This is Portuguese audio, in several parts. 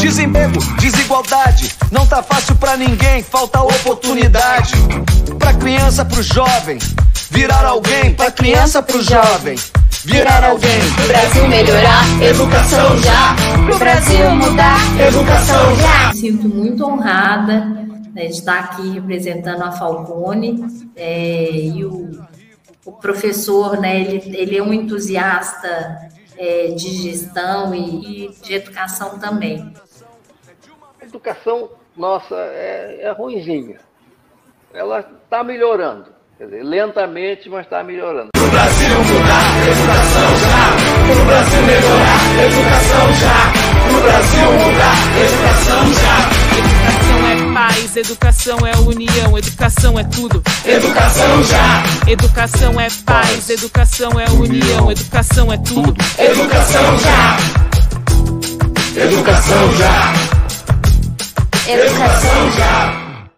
Desemprego, desigualdade, não tá fácil pra ninguém, falta oportunidade. Pra criança, pro jovem, virar alguém. Pra criança, pro jovem, virar alguém. Pro Brasil melhorar, educação já. Pro Brasil mudar, educação já. Me sinto muito honrada, né, de estar aqui representando a Falcone, e o professor, né, ele é um entusiasta de gestão e de educação também. A educação nossa é ruinzinha. Ela está melhorando, quer dizer, lentamente, mas está melhorando. Pro Brasil mudar, educação já. Pro Brasil melhorar, educação já. Pro Brasil mudar, educação já. Educação é paz, educação é união, educação é tudo. Educação já. Educação é paz, educação é união, educação é tudo. Educação já. Educação já. Educação já.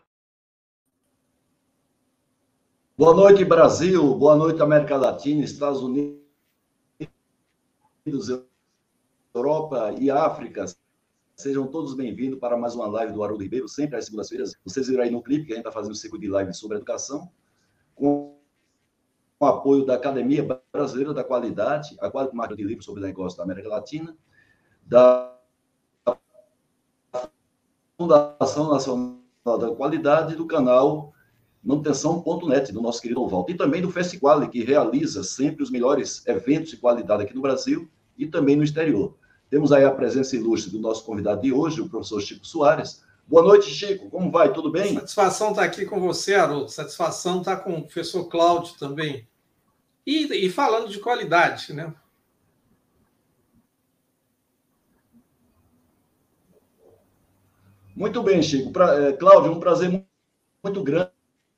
Boa noite, Brasil. Boa noite, América Latina, Estados Unidos, Europa e África. Sejam todos bem-vindos para mais uma live do Haroldo Ribeiro, sempre às segundas-feiras. Vocês viram aí no clipe que a gente está fazendo um ciclo de live sobre educação, com o apoio da Academia Brasileira da Qualidade, a Qualidade Marca de Livros sobre Negócios da América Latina, da Fundação Nacional da Qualidade e do canal manutenção.net, do nosso querido Ovaldo, e também do Festiquali, que realiza sempre os melhores eventos de qualidade aqui no Brasil e também no exterior. Temos aí a presença ilustre do nosso convidado de hoje, o professor Chico Soares. Boa noite, Chico. Como vai? Tudo bem? Satisfação estar aqui com você, Haroldo. Satisfação estar com o professor Cláudio também. E falando de qualidade, né? Muito bem, Chico. Cláudio, um prazer muito grande.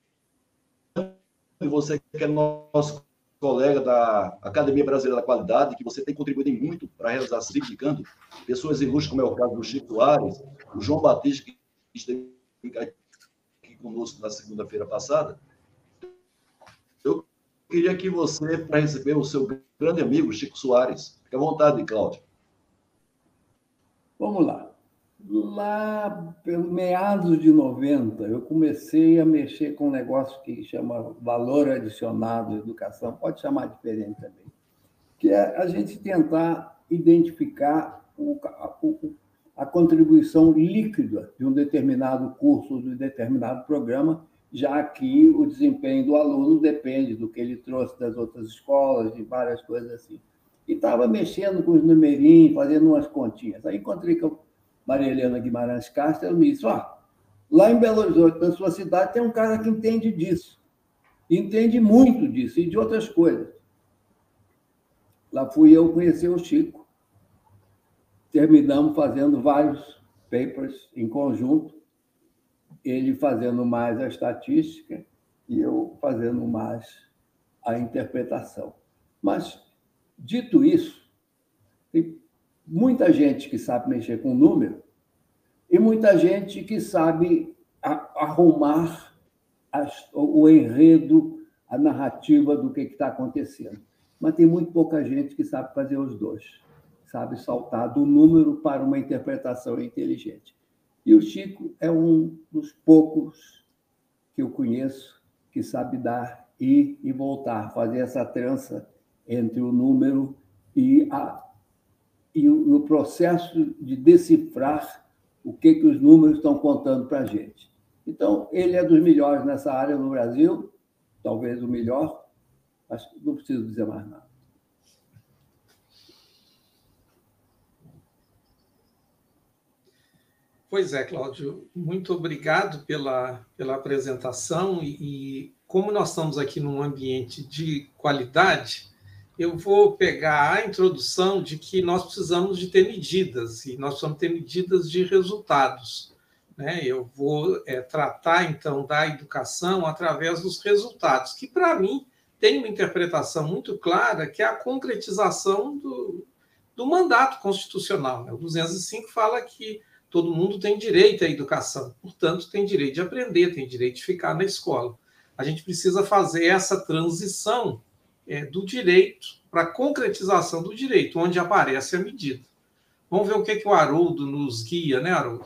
Você que é nosso colega da Academia Brasileira da Qualidade, que você tem contribuído muito para realizar, indicando pessoas ilustres, como é o caso do Chico Soares, o João Batista, que esteve aqui conosco na segunda-feira passada. Eu queria que você, para receber o seu grande amigo, Chico Soares, fique à vontade, Cláudio. Vamos lá. Lá, pelo meados de 90, eu comecei a mexer com um negócio que chama valor adicionado à educação, pode chamar diferente também, que é a gente tentar identificar a contribuição líquida de um determinado curso, de um determinado programa, já que o desempenho do aluno depende do que ele trouxe das outras escolas, de várias coisas assim. E estava mexendo com os numerinhos, fazendo umas continhas. Aí encontrei com Maria Helena Guimarães Castro, ela me disse, lá em Belo Horizonte, na sua cidade, tem um cara que entende disso. Entende muito disso e de outras coisas. Lá fui eu conhecer o Chico. Terminamos fazendo vários papers em conjunto, ele fazendo mais a estatística e eu fazendo mais a interpretação. Mas, dito isso, tem muita gente que sabe mexer com número e muita gente que sabe arrumar o enredo, a narrativa do que está acontecendo. Mas tem muito pouca gente que sabe fazer os dois, sabe saltar do número para uma interpretação inteligente. E o Chico é um dos poucos que eu conheço que sabe dar ir e voltar, fazer essa trança entre o número e o processo de decifrar o que os números estão contando para a gente. Então, ele é dos melhores nessa área no Brasil, talvez o melhor, mas não preciso dizer mais nada. Pois é, Cláudio, muito obrigado pela apresentação e como nós estamos aqui num ambiente de qualidade, eu vou pegar a introdução de que nós precisamos de ter medidas, e nós precisamos ter medidas de resultados, né? Eu vou tratar, então, da educação através dos resultados, que, para mim, tem uma interpretação muito clara, que é a concretização do mandato constitucional, né? O 205 fala que todo mundo tem direito à educação, portanto, tem direito de aprender, tem direito de ficar na escola. A gente precisa fazer essa transição do direito para a concretização do direito, onde aparece a medida. Vamos ver o que o Haroldo nos guia, né, Haroldo?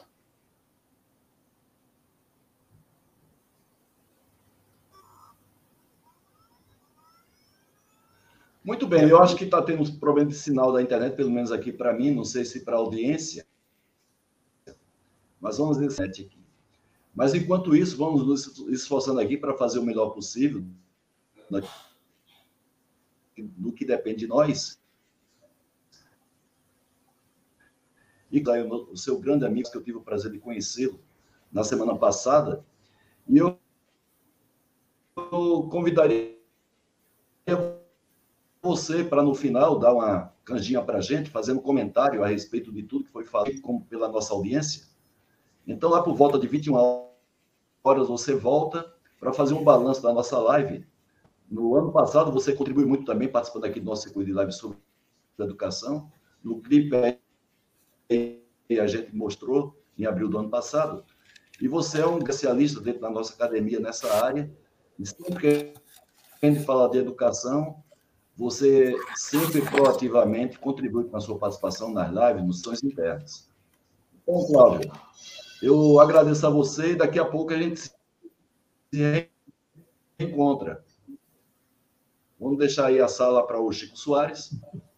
Muito bem, eu acho que está tendo um problema de sinal da internet, pelo menos aqui para mim, não sei se para a audiência, mas vamos ver aqui. Mas, enquanto isso, vamos nos esforçando aqui para fazer o melhor possível do que depende de nós. E o seu grande amigo, que eu tive o prazer de conhecê-lo na semana passada, e eu convidaria você para, no final, dar uma canjinha para a gente, fazendo um comentário a respeito de tudo que foi falado pela nossa audiência. Então, lá por volta de 21 horas, você volta para fazer um balanço da nossa live. No ano passado, você contribuiu muito também, participando aqui do nosso circuito de live sobre educação. No clipe que a gente mostrou em abril do ano passado. E você é um especialista dentro da nossa academia nessa área. E sempre que a gente fala de educação, você sempre proativamente contribui com a sua participação nas lives, nos sessões internas. Então, Cláudio, eu agradeço a você e daqui a pouco a gente se reencontra. Vamos deixar aí a sala para o Chico Soares.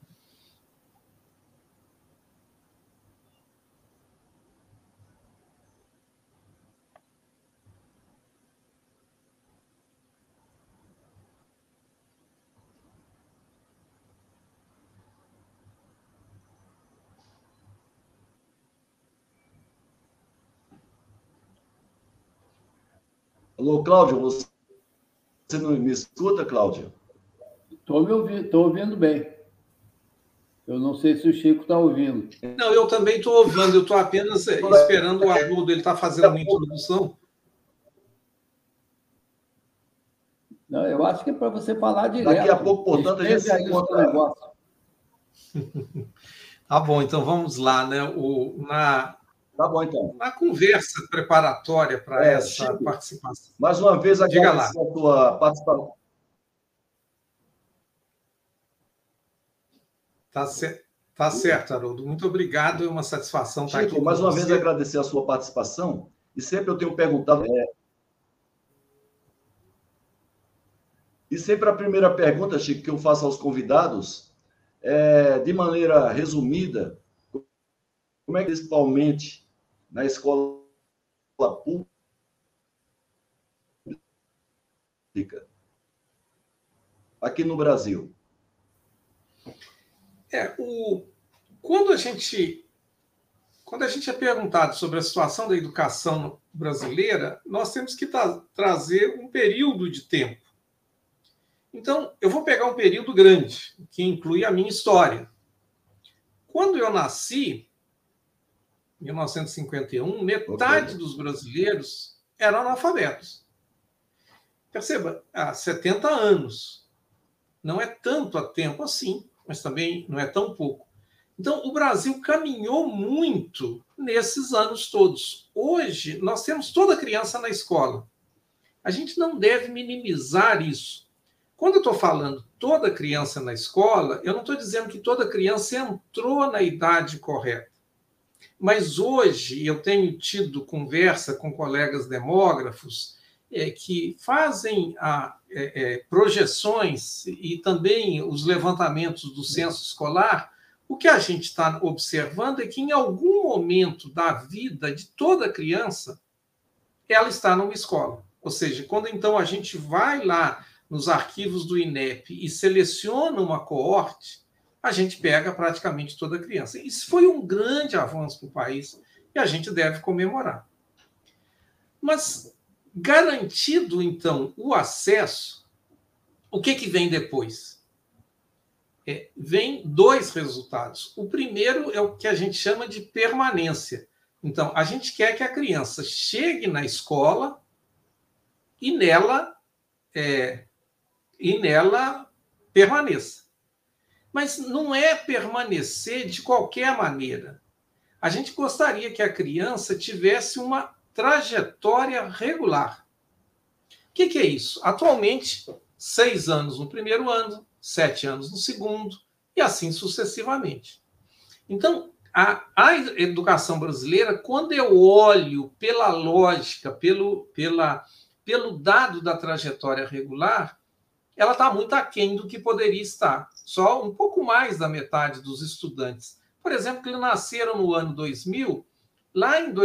Alô, Cláudio, você não me escuta, Cláudio? Estou ouvindo bem. Eu não sei se o Chico está ouvindo. Não, eu também estou ouvindo, eu estou apenas esperando o Haroldo, ele está fazendo uma introdução. Não, eu acho que é para você falar direto. Daqui a pouco, portanto, a gente se encontra. Tá bom, então vamos lá, né? Tá bom, então. Na conversa preparatória para essa Chico, participação. Mais uma vez, agradeço a tua participação. Tá certo, Haroldo. Muito obrigado, é uma satisfação estar aqui. Mais uma vez, agradecer a sua participação. E sempre eu tenho perguntado. E sempre a primeira pergunta, Chico, que eu faço aos convidados é, de maneira resumida, como é que, principalmente na escola pública, aqui no Brasil? Quando a gente é perguntado sobre a situação da educação brasileira, nós temos que trazer um período de tempo. Então, eu vou pegar um período grande, que inclui a minha história. Quando eu nasci, em 1951, metade dos brasileiros eram analfabetos. Perceba, há 70 anos. Não é tanto tempo assim, mas também não é tão pouco. Então, o Brasil caminhou muito nesses anos todos. Hoje, nós temos toda criança na escola. A gente não deve minimizar isso. Quando eu estou falando toda criança na escola, eu não estou dizendo que toda criança entrou na idade correta. Mas hoje eu tenho tido conversa com colegas demógrafos que fazem projeções e também os levantamentos do censo escolar. O que a gente está observando é que em algum momento da vida de toda criança, ela está numa escola. Ou seja, quando então a gente vai lá nos arquivos do INEP e seleciona uma coorte, a gente pega praticamente toda a criança. Isso foi um grande avanço para o país e a gente deve comemorar. Mas, garantido, então, o acesso, o que vem depois? Vem dois resultados. O primeiro é o que a gente chama de permanência. Então, a gente quer que a criança chegue na escola e nela permaneça. Mas não é permanecer de qualquer maneira. A gente gostaria que a criança tivesse uma trajetória regular. O que é isso? Atualmente, 6 anos no primeiro ano, 7 anos no segundo, e assim sucessivamente. Então, a educação brasileira, quando eu olho pela lógica, pelo dado da trajetória regular, ela está muito aquém do que poderia estar. Só um pouco mais da metade dos estudantes, por exemplo, que nasceram no ano 2000, lá em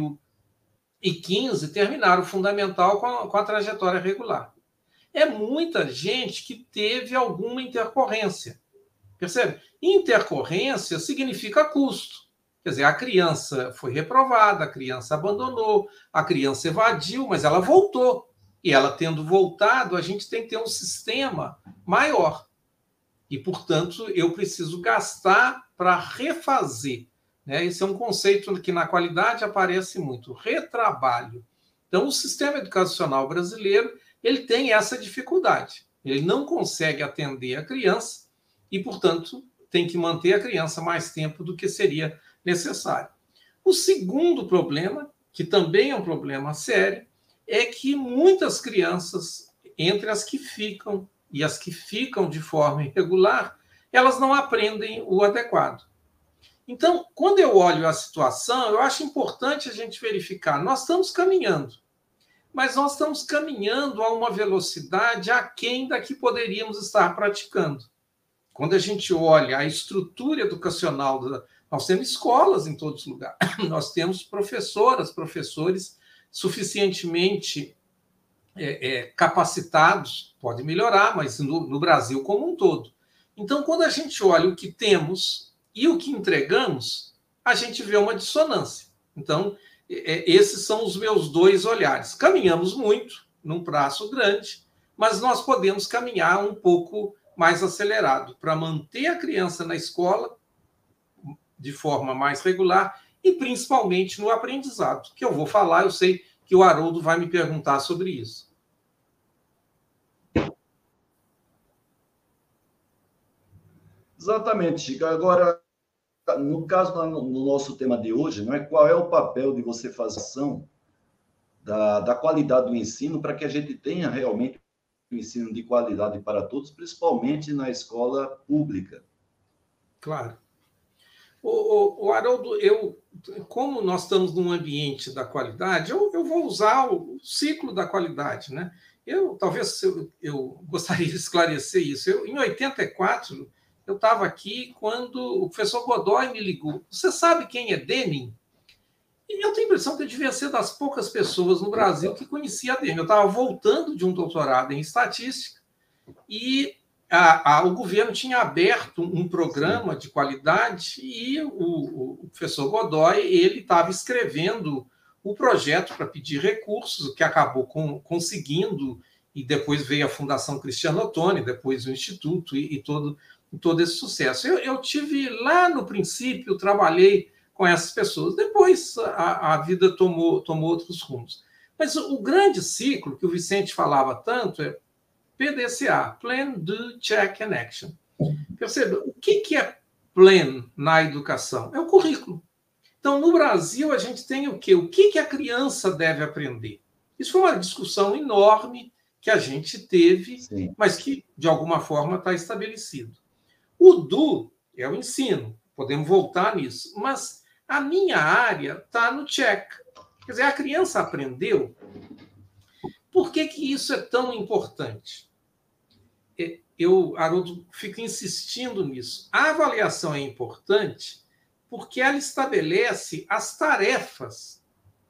2015, terminaram o fundamental com a trajetória regular. É muita gente que teve alguma intercorrência. Percebe? Intercorrência significa custo. Quer dizer, a criança foi reprovada, a criança abandonou, a criança evadiu, mas ela voltou. E ela tendo voltado, a gente tem que ter um sistema maior. E, portanto, eu preciso gastar para refazer. Né? Esse é um conceito que na qualidade aparece muito, retrabalho. Então, o sistema educacional brasileiro ele tem essa dificuldade. Ele não consegue atender a criança e, portanto, tem que manter a criança mais tempo do que seria necessário. O segundo problema, que também é um problema sério, é que muitas crianças, entre as que ficam e as que ficam de forma irregular, elas não aprendem o adequado. Então, quando eu olho a situação, eu acho importante a gente verificar, nós estamos caminhando, mas nós estamos caminhando a uma velocidade aquém da que poderíamos estar praticando. Quando a gente olha a estrutura educacional, nós temos escolas em todos os lugares, nós temos professores suficientemente capacitados, pode melhorar, mas no Brasil como um todo. Então, quando a gente olha o que temos e o que entregamos, a gente vê uma dissonância. Então, esses são os meus dois olhares. Caminhamos muito, num prazo grande, mas nós podemos caminhar um pouco mais acelerado para manter a criança na escola de forma mais regular e principalmente no aprendizado, que eu vou falar, eu sei que o Haroldo vai me perguntar sobre isso. Exatamente, Chico. Agora, no caso no nosso tema de hoje, não é qual é o papel de você fazer ação da qualidade do ensino para que a gente tenha realmente um ensino de qualidade para todos, principalmente na escola pública. Claro. O Haroldo, como nós estamos num ambiente da qualidade, eu vou usar o ciclo da qualidade, né? Talvez eu gostaria de esclarecer isso. Em 84, eu estava aqui quando o professor Godoy me ligou. Você sabe quem é Deming? E eu tenho a impressão que eu devia ser das poucas pessoas no Brasil que conhecia a Deming. Eu estava voltando de um doutorado em estatística e o governo tinha aberto um programa de qualidade e o professor Godoy ele estava escrevendo o projeto para pedir recursos, o que acabou conseguindo, e depois veio a Fundação Cristiano Ottoni, depois o Instituto e todo esse sucesso. Eu tive lá no princípio, trabalhei com essas pessoas, depois a vida tomou outros rumos. Mas o grande ciclo que o Vicente falava tanto é PDCA, Plan, Do, Check and Action. Perceba, o que é plan na educação? É o currículo. Então, no Brasil, a gente tem o quê? O que a criança deve aprender? Isso foi uma discussão enorme que a gente teve, sim, mas que, de alguma forma, está estabelecido. O Do é o ensino, podemos voltar nisso, mas a minha área está no check. Quer dizer, a criança aprendeu. Por que isso é tão importante? Eu, Haroldo, fico insistindo nisso. A avaliação é importante porque ela estabelece as tarefas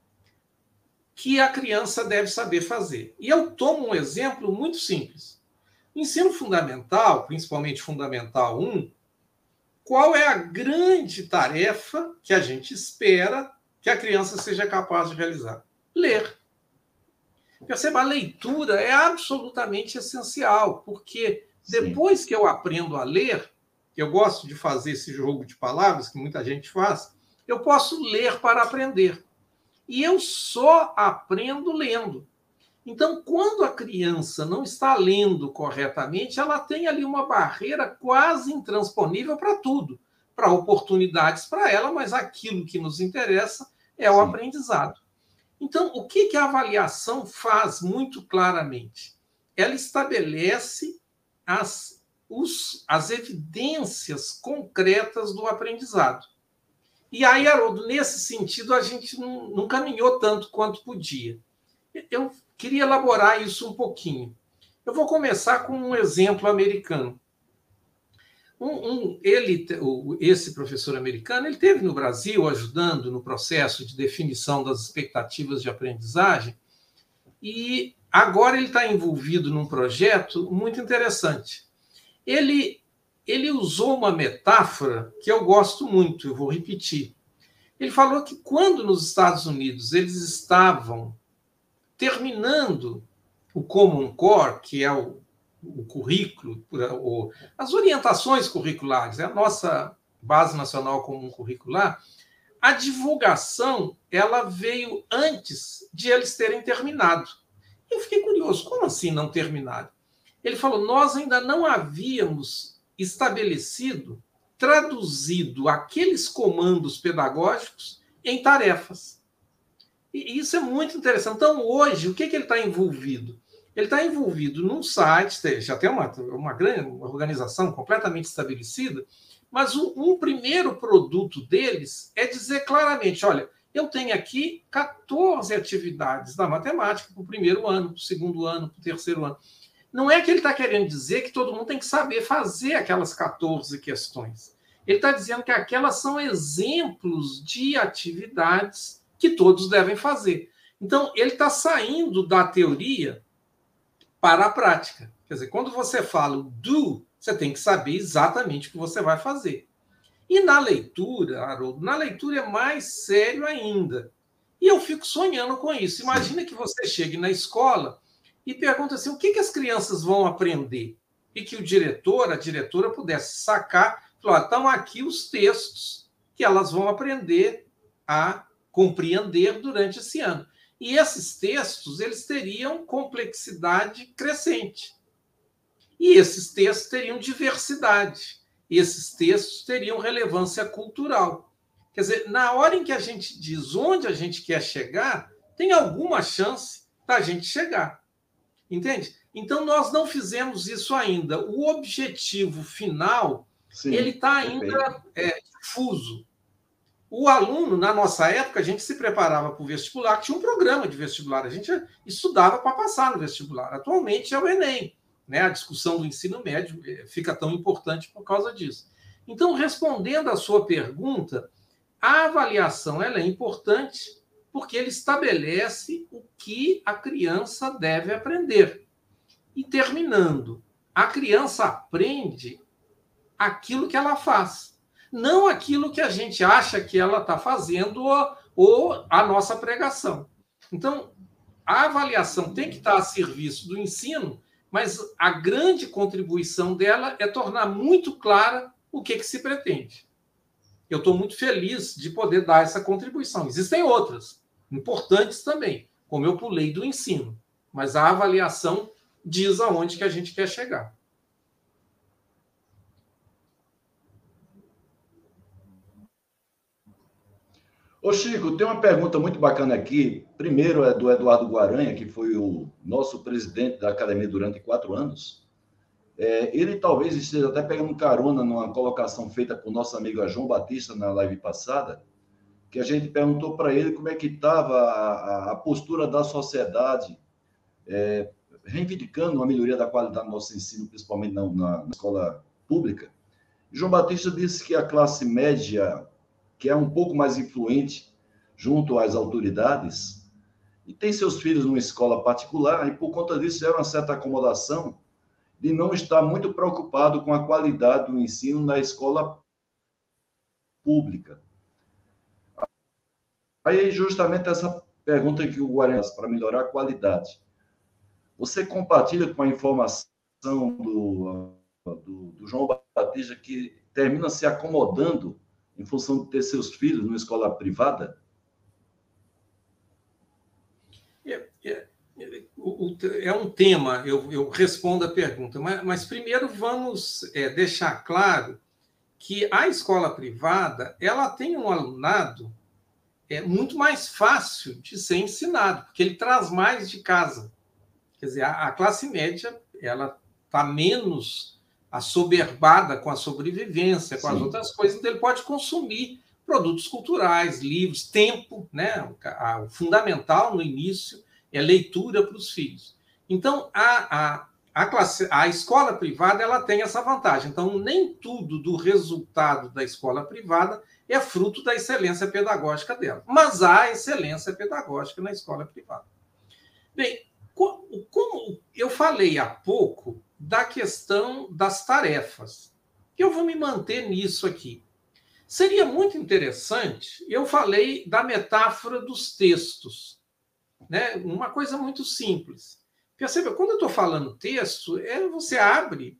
que a criança deve saber fazer. E eu tomo um exemplo muito simples. Ensino fundamental, principalmente Fundamental 1, qual é a grande tarefa que a gente espera que a criança seja capaz de realizar? Ler. Perceba, a leitura é absolutamente essencial, porque depois que eu aprendo a ler, eu gosto de fazer esse jogo de palavras que muita gente faz, eu posso ler para aprender. E eu só aprendo lendo. Então, quando a criança não está lendo corretamente, ela tem ali uma barreira quase intransponível para tudo, para oportunidades para ela, mas aquilo que nos interessa é o aprendizado. Então, o que a avaliação faz muito claramente? Ela estabelece as evidências concretas do aprendizado. E aí, Haroldo, nesse sentido, a gente não caminhou tanto quanto podia. Eu queria elaborar isso um pouquinho. Eu vou começar com um exemplo americano. Esse professor americano, ele esteve no Brasil ajudando no processo de definição das expectativas de aprendizagem e agora ele está envolvido num projeto muito interessante. Ele usou uma metáfora que eu gosto muito, eu vou repetir. Ele falou que quando nos Estados Unidos eles estavam terminando o Common Core, que é o currículo, as orientações curriculares, a nossa Base Nacional Comum Curricular, a divulgação ela veio antes de eles terem terminado. Eu fiquei curioso, como assim não terminado? Ele falou, nós ainda não havíamos estabelecido, traduzido aqueles comandos pedagógicos em tarefas. E isso é muito interessante. Então, hoje, o que ele está envolvido? Ele está envolvido num site, já tem uma grande organização completamente estabelecida, mas um primeiro produto deles é dizer claramente, olha, eu tenho aqui 14 atividades da matemática para o primeiro ano, para o segundo ano, para o terceiro ano. Não é que ele está querendo dizer que todo mundo tem que saber fazer aquelas 14 questões. Ele está dizendo que aquelas são exemplos de atividades que todos devem fazer. Então, ele está saindo da teoria para a prática. Quer dizer, quando você fala o do, você tem que saber exatamente o que você vai fazer. E na leitura, Haroldo, na leitura é mais sério ainda. E eu fico sonhando com isso. Imagina que você chegue na escola e pergunta assim, o que as crianças vão aprender? E que o diretor, a diretora pudesse sacar, falar, estão aqui os textos que elas vão aprender a compreender durante esse ano. E esses textos, eles teriam complexidade crescente. E esses textos teriam diversidade. Esses textos teriam relevância cultural. Quer dizer, na hora em que a gente diz onde a gente quer chegar, tem alguma chance da gente chegar. Entende? Então, nós não fizemos isso ainda. O objetivo final, sim, ele está ainda difuso. O aluno, na nossa época, a gente se preparava para o vestibular, tinha um programa de vestibular, a gente estudava para passar no vestibular. Atualmente é o Enem, né? A discussão do ensino médio fica tão importante por causa disso. Então, respondendo à sua pergunta, a avaliação ela é importante porque ele estabelece o que a criança deve aprender. E terminando, a criança aprende aquilo que ela faz. Não aquilo que a gente acha que ela está fazendo ou a nossa pregação. Então, a avaliação tem que estar a serviço do ensino, mas a grande contribuição dela é tornar muito clara o que se pretende. Eu estou muito feliz de poder dar essa contribuição. Existem outras, importantes também, como eu pulei do ensino, mas a avaliação diz aonde que a gente quer chegar. Ô Chico, tem uma pergunta muito bacana aqui. Primeiro é do Eduardo Guaranha, que foi o nosso presidente da academia durante 4 anos. Ele talvez esteja até pegando carona numa colocação feita por nosso amigo João Batista na live passada, que a gente perguntou para ele como é que estava a postura da sociedade, reivindicando uma melhoria da qualidade do nosso ensino, principalmente na escola pública. João Batista disse que a classe média, que é um pouco mais influente junto às autoridades, e tem seus filhos numa escola particular, e por conta disso é uma certa acomodação de não estar muito preocupado com a qualidade do ensino na escola pública. Aí, justamente essa pergunta que o Guarani faz para melhorar a qualidade. Você compartilha com a informação do João Batista que termina se acomodando em função de ter seus filhos numa escola privada? É um tema, eu respondo a pergunta, mas primeiro vamos deixar claro que a escola privada ela tem um alunado muito mais fácil de ser ensinado, porque ele traz mais de casa. Quer dizer, a classe média ela está menos assoberbada com a sobrevivência, com as outras coisas, então ele pode consumir produtos culturais, livros, tempo, né? O fundamental no início é leitura para os filhos. Então, a escola privada ela tem essa vantagem. Então, nem tudo do resultado da escola privada é fruto da excelência pedagógica dela. Mas há excelência pedagógica na escola privada. Bem, como eu falei há pouco da questão das tarefas, eu vou me manter nisso aqui. Seria muito interessante, eu falei da metáfora dos textos, né? Uma coisa muito simples. Perceba, quando eu estou falando texto, você abre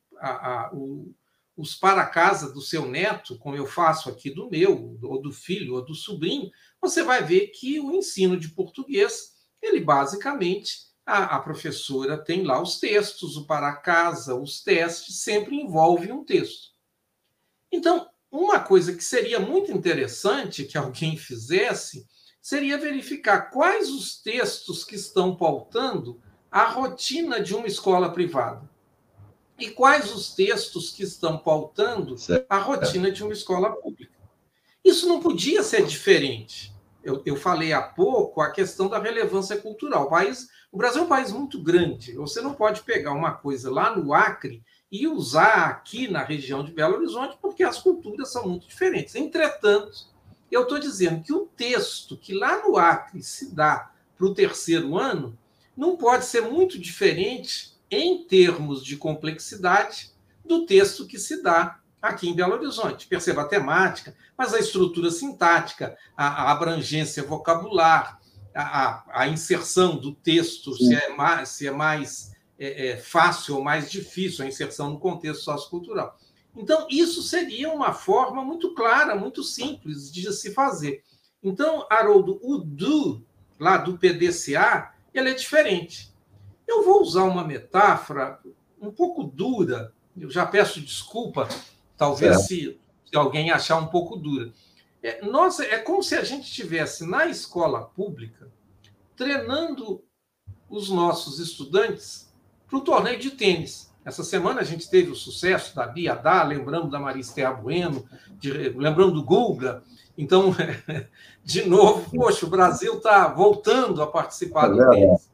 os para-casa do seu neto, como eu faço aqui do meu, ou do filho, ou do sobrinho, você vai ver que o ensino de português, ele basicamente, a professora tem lá os textos, o para-casa, os testes, sempre envolve um texto. Então, uma coisa que seria muito interessante que alguém fizesse seria verificar quais os textos que estão pautando a rotina de uma escola privada e quais os textos que estão pautando a rotina de uma escola pública. Isso não podia ser diferente. Eu falei há pouco a questão da relevância cultural. O Brasil é um país muito grande. Você não pode pegar uma coisa lá no Acre e usar aqui na região de Belo Horizonte, porque as culturas são muito diferentes. Entretanto, eu estou dizendo que o texto que lá no Acre se dá para o terceiro ano não pode ser muito diferente em termos de complexidade do texto que se dá aqui em Belo Horizonte. Perceba a temática, mas a estrutura sintática, a abrangência vocabular, a inserção do texto, se é mais fácil ou mais difícil a inserção no contexto sociocultural. Então, isso seria uma forma muito clara, muito simples de se fazer. Então, Haroldo, o do, lá do PDCA, ele é diferente. Eu vou usar uma metáfora um pouco dura, eu já peço desculpa, talvez se alguém achar um pouco dura. É como se a gente estivesse na escola pública treinando os nossos estudantes para o torneio de tênis. Essa semana a gente teve o sucesso da Bia Dá, lembrando da Maristea Bueno, lembrando do Guga. Então, de novo, poxa, o Brasil está voltando a participar do tênis.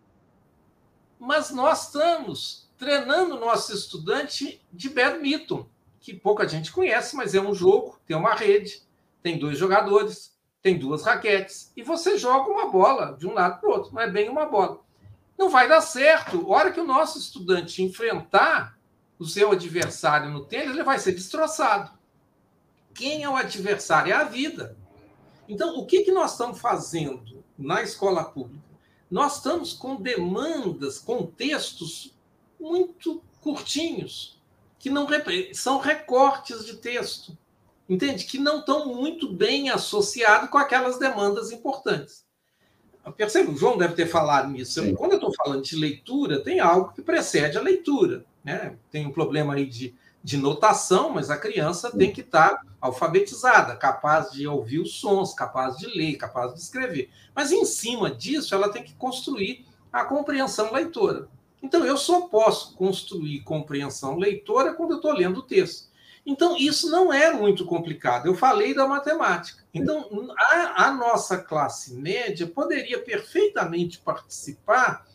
Mas nós estamos treinando o nosso estudante de badminton, que pouca gente conhece, mas é um jogo, tem uma rede, tem 2 jogadores, tem 2 raquetes, e você joga uma bola de um lado para o outro, não é bem uma bola. Não vai dar certo. A hora que o nosso estudante enfrentar o seu adversário no tênis, ele vai ser destroçado. Quem é o adversário? É a vida. Então, o que nós estamos fazendo na escola pública? Nós estamos com demandas, com textos muito curtinhos, que não são recortes de texto, entende? Que não estão muito bem associados com aquelas demandas importantes. Percebe? O João deve ter falado nisso. Quando eu estou falando de leitura, tem algo que precede a leitura, né? Tem um problema aí de notação, mas a criança tem que estar alfabetizada, capaz de ouvir os sons, capaz de ler, capaz de escrever. Mas, em cima disso, ela tem que construir a compreensão leitora. Então, eu só posso construir compreensão leitora quando eu estou lendo o texto. Então, isso não é muito complicado. Eu falei da matemática. Então, a nossa classe média poderia perfeitamente participar,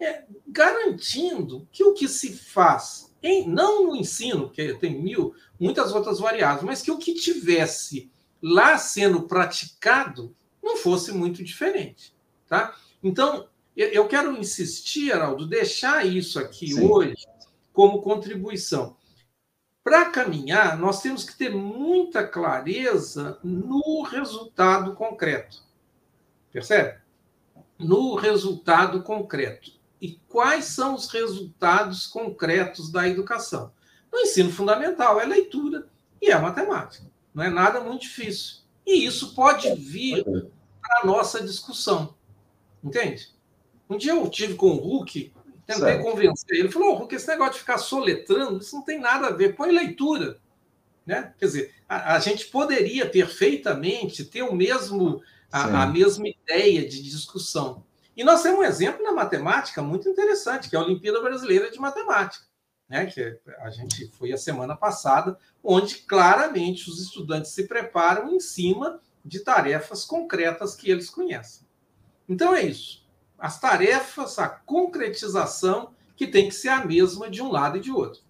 garantindo que o que se faz, não no ensino, que tem muitas outras variáveis, mas que o que tivesse lá sendo praticado não fosse muito diferente. Tá? Então, eu quero insistir, Haroldo, deixar isso aqui hoje como contribuição. Para caminhar, nós temos que ter muita clareza no resultado concreto. Percebe? No resultado concreto. E quais são os resultados concretos da educação? No ensino fundamental é leitura e é matemática. Não é nada muito difícil. E isso pode vir para a nossa discussão. Entende? Um dia eu tive com o Huck, tentei convencer ele. Ele falou, Huck, esse negócio de ficar soletrando, isso não tem nada a ver. Põe leitura. Né? Quer dizer, a gente poderia perfeitamente ter a mesma ideia de discussão. E nós temos um exemplo na matemática muito interessante, que é a Olimpíada Brasileira de Matemática. né, que a gente foi a semana passada, onde claramente os estudantes se preparam em cima de tarefas concretas que eles conhecem. Então é isso. As tarefas, a concretização, que tem que ser a mesma de um lado e de outro.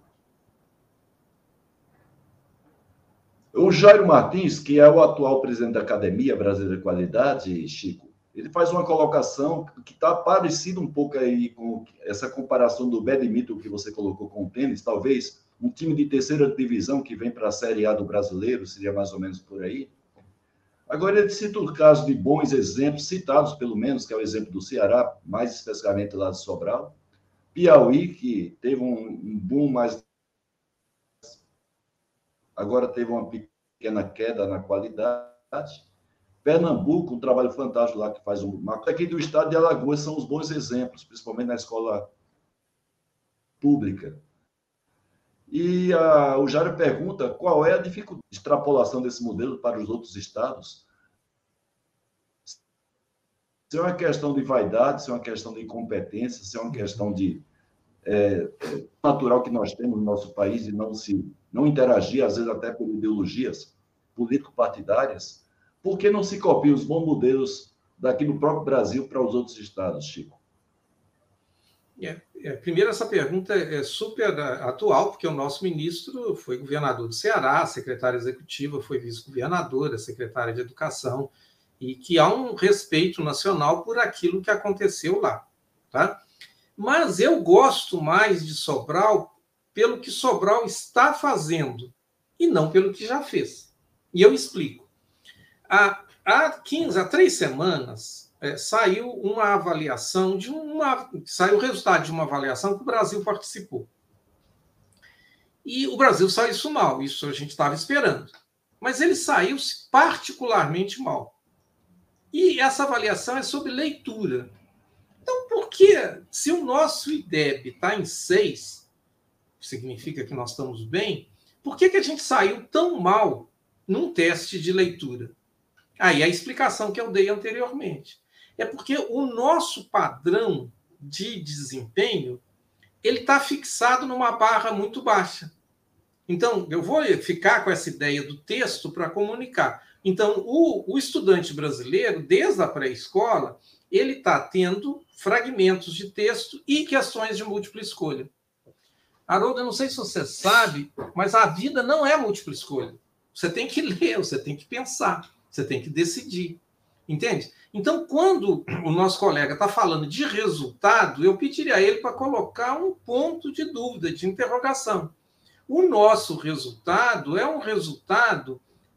O Jairo Martins, que é o atual presidente da Academia Brasileira de Qualidade, Chico, ele faz uma colocação que está parecida um pouco aí com essa comparação do badminton que você colocou com o tênis. Talvez um time de terceira divisão que vem para a Série A do brasileiro, seria mais ou menos por aí. Agora, ele cita o caso de bons exemplos, citados pelo menos, que é o exemplo do Ceará, mais especificamente lá de Sobral. Piauí, que teve um boom, mas agora teve uma pequena queda na qualidade. Pernambuco, um trabalho fantástico lá que faz aqui do estado de Alagoas são os bons exemplos, principalmente na escola pública. E o Jairo pergunta qual é a dificuldade de extrapolação desse modelo para os outros estados. Se é uma questão de vaidade, se é uma questão de incompetência, se é uma questão de natural que nós temos no nosso país e não interagir, às vezes até por ideologias político-partidárias. Por que não se copia os bons modelos daqui do próprio Brasil para os outros estados, Chico? Primeiro, essa pergunta é super atual, porque o nosso ministro foi governador do Ceará, a secretária executiva foi vice-governadora, secretária de Educação, e que há um respeito nacional por aquilo que aconteceu lá. Tá? Mas eu gosto mais de Sobral pelo que Sobral está fazendo, e não pelo que já fez. E eu explico. Há 3 semanas, saiu uma avaliação saiu o resultado de uma avaliação que o Brasil participou. E o Brasil saiu isso mal, isso a gente estava esperando. Mas ele saiu particularmente mal. E essa avaliação é sobre leitura. Então, por que, se o nosso IDEB está em 6, significa que nós estamos bem, por que a gente saiu tão mal num teste de leitura? Aí a explicação que eu dei anteriormente. É porque o nosso padrão de desempenho ele está fixado numa barra muito baixa. Então, eu vou ficar com essa ideia do texto para comunicar. Então, o estudante brasileiro, desde a pré-escola, ele está tendo fragmentos de texto e questões de múltipla escolha. Haroldo, eu não sei se você sabe, mas a vida não é múltipla escolha. Você tem que ler, você tem que pensar. Você tem que decidir, entende? Então, quando o nosso colega está falando de resultado, eu pediria a ele para colocar um ponto de dúvida, de interrogação. O nosso resultado é um resultado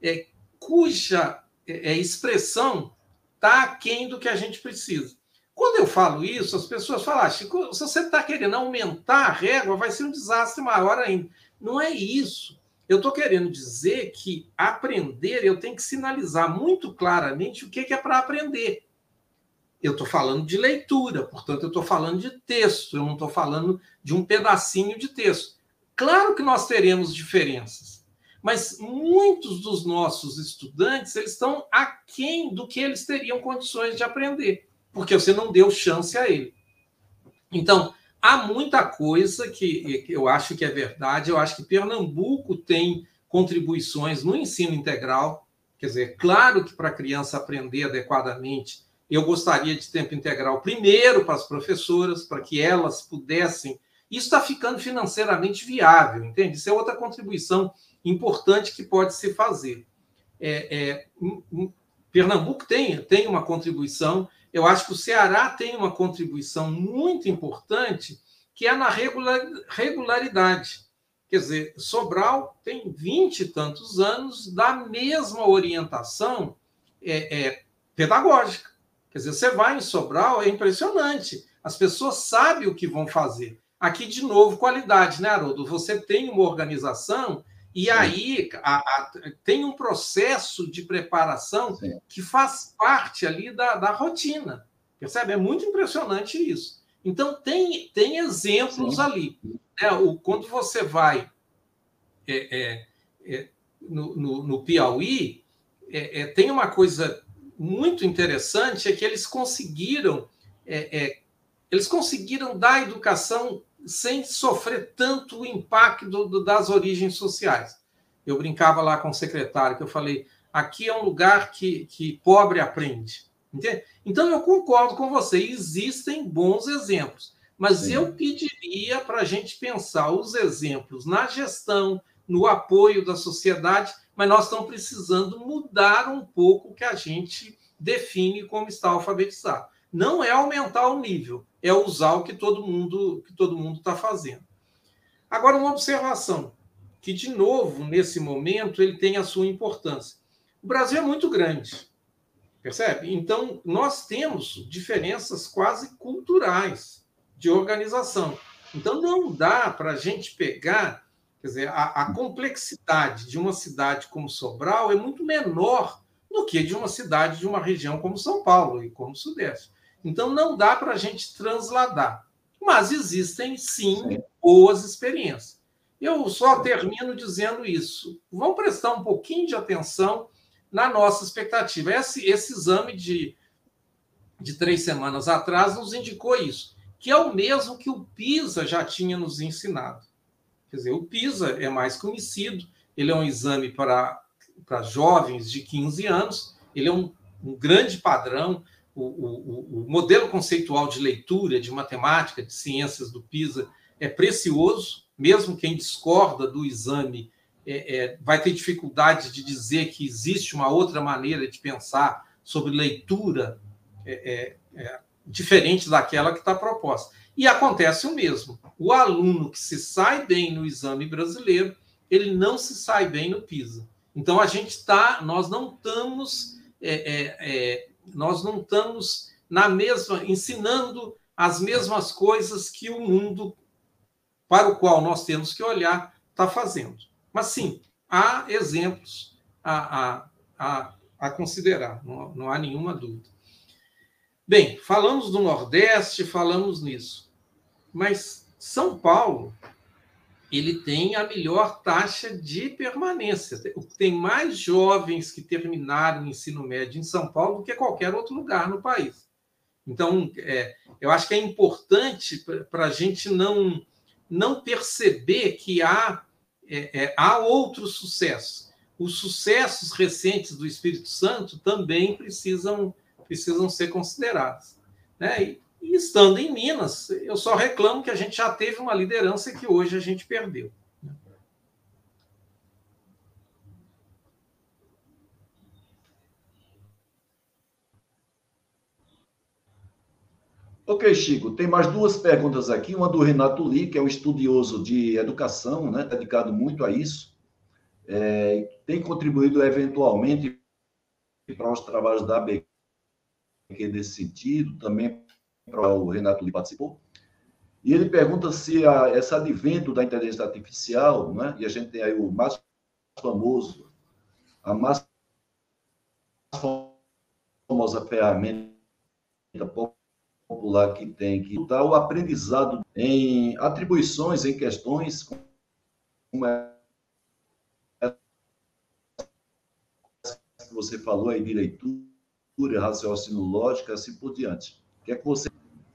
cuja expressão está aquém do que a gente precisa. Quando eu falo isso, as pessoas falam, Chico, se você está querendo aumentar a régua, vai ser um desastre maior ainda. Não é isso. Eu estou querendo dizer que aprender, eu tenho que sinalizar muito claramente o que é para aprender. Eu estou falando de leitura, portanto, eu estou falando de texto, eu não estou falando de um pedacinho de texto. Claro que nós teremos diferenças, mas muitos dos nossos estudantes eles estão aquém do que eles teriam condições de aprender, porque você não deu chance a ele. Então, há muita coisa que eu acho que é verdade. Eu acho que Pernambuco tem contribuições no ensino integral. Quer dizer, claro que para a criança aprender adequadamente, eu gostaria de tempo integral primeiro para as professoras, para que elas pudessem... Isso está ficando financeiramente viável, entende? Isso é outra contribuição importante que pode se fazer. Pernambuco tem uma contribuição. Eu acho que o Ceará tem uma contribuição muito importante, que é na regularidade. Quer dizer, Sobral tem 20 e tantos anos da mesma orientação pedagógica. Quer dizer, você vai em Sobral, é impressionante. As pessoas sabem o que vão fazer. Aqui, de novo, qualidade, né, Haroldo? Você tem uma organização e aí tem um processo de preparação Sim. que faz parte ali da rotina. Percebe? É muito impressionante isso. Então, tem exemplos Sim. ali. Quando você vai no Piauí, tem uma coisa muito interessante, é que eles conseguiram dar educação sem sofrer tanto o impacto das origens sociais. Eu brincava lá com o secretário, que eu falei, aqui é um lugar que pobre aprende. Entende? Então, eu concordo com você, existem bons exemplos, mas sim, eu pediria para a gente pensar os exemplos na gestão, no apoio da sociedade, mas nós estamos precisando mudar um pouco o que a gente define como está alfabetizado. Não é aumentar o nível, é usar o que todo mundo está fazendo. Agora, uma observação, que, de novo, nesse momento, ele tem a sua importância. O Brasil é muito grande, percebe? Então, nós temos diferenças quase culturais de organização. Então, não dá para a gente pegar... Quer dizer, a complexidade de uma cidade como Sobral é muito menor do que de uma cidade de uma região como São Paulo e como o Sudeste. Então, não dá para a gente transladar. Mas existem, sim, boas experiências. Eu só termino dizendo isso. Vamos prestar um pouquinho de atenção na nossa expectativa. Esse exame de 3 semanas atrás nos indicou isso, que é o mesmo que o PISA já tinha nos ensinado. Quer dizer, o PISA é mais conhecido, ele é um exame para jovens de 15 anos, ele é um grande padrão, o modelo conceitual de leitura, de matemática, de ciências do PISA é precioso, mesmo quem discorda do exame vai ter dificuldade de dizer que existe uma outra maneira de pensar sobre leitura diferente daquela que está proposta. E acontece o mesmo. O aluno que se sai bem no exame brasileiro, ele não se sai bem no PISA. Então, nós não estamos ensinando as mesmas coisas que o mundo para o qual nós temos que olhar está fazendo. Mas, sim, há exemplos a considerar, não há nenhuma dúvida. Bem, falamos do Nordeste, falamos nisso. Mas São Paulo, ele tem a melhor taxa de permanência. Tem mais jovens que terminaram o ensino médio em São Paulo do que qualquer outro lugar no país. Então, eu acho que é importante para a gente não perceber que há outros sucessos. Os sucessos recentes do Espírito Santo também precisam ser considerados. Né? E estando em Minas, eu só reclamo que a gente já teve uma liderança que hoje a gente perdeu. Ok, Chico, tem mais 2 perguntas aqui, uma do Renato Li, que é um estudioso de educação, né, dedicado muito a isso, tem contribuído eventualmente para os trabalhos da ABQ nesse sentido, também para o Renato Li participou, e ele pergunta se esse advento da inteligência artificial, né, e a gente tem aí o mais famoso, a mais famosa ferramenta popular que tem que dar o aprendizado em atribuições, em questões como que você falou aí de leitura, raciocínio lógico, assim por diante. O que é que você...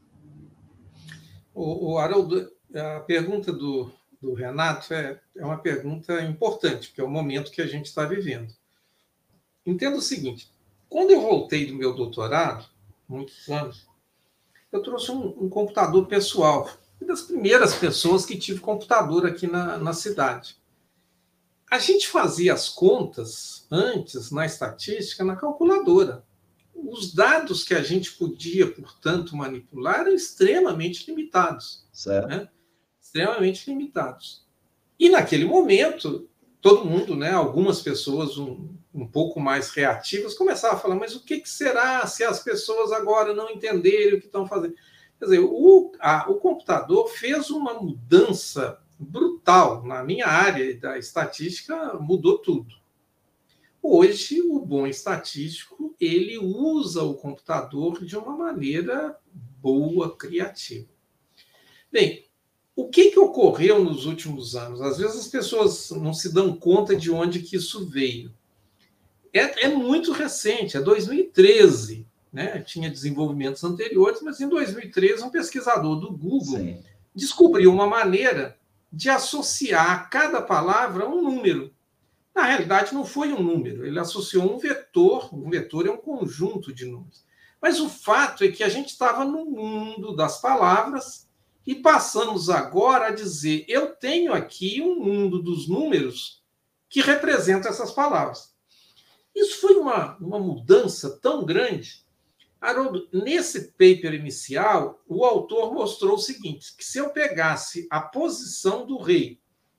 O Haroldo, a pergunta do Renato é uma pergunta importante, porque é o momento que a gente está vivendo. Entenda o seguinte, quando eu voltei do meu doutorado, muitos anos, eu trouxe um computador pessoal. Fui das primeiras pessoas que tive computador aqui na cidade. A gente fazia as contas antes, na estatística, na calculadora. Os dados que a gente podia, portanto, manipular eram extremamente limitados. Certo. Né? Extremamente limitados. E, naquele momento, todo mundo, né, algumas pessoas um pouco mais reativas, começavam a falar, mas o que será se as pessoas agora não entenderem o que estão fazendo? Quer dizer, o computador fez uma mudança brutal. Na minha área da estatística, mudou tudo. Hoje, o bom estatístico, ele usa o computador de uma maneira boa, criativa. Bem, o que ocorreu nos últimos anos? Às vezes as pessoas não se dão conta de onde que isso veio. É muito recente, é 2013. Né? Tinha desenvolvimentos anteriores, mas em 2013 um pesquisador do Google descobriu uma maneira de associar a cada palavra um número. Na realidade, não foi um número, ele associou um vetor. Um vetor é um conjunto de números. Mas o fato é que a gente estava no mundo das palavras e passamos agora a dizer: eu tenho aqui um mundo dos números que representa essas palavras. Isso foi uma mudança tão grande. Haroldo, nesse paper inicial, o autor mostrou o seguinte, que se eu pegasse a posição do rei,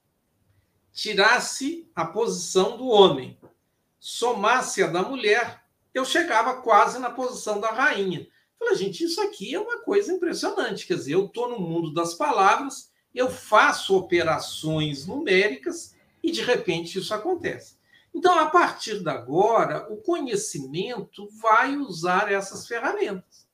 tirasse a posição do homem, somasse a da mulher, eu chegava quase na posição da rainha. Falei, gente, isso aqui é uma coisa impressionante. Quer dizer, eu estou no mundo das palavras, eu faço operações numéricas e, de repente, isso acontece. Então, a partir de agora, o conhecimento vai usar essas ferramentas.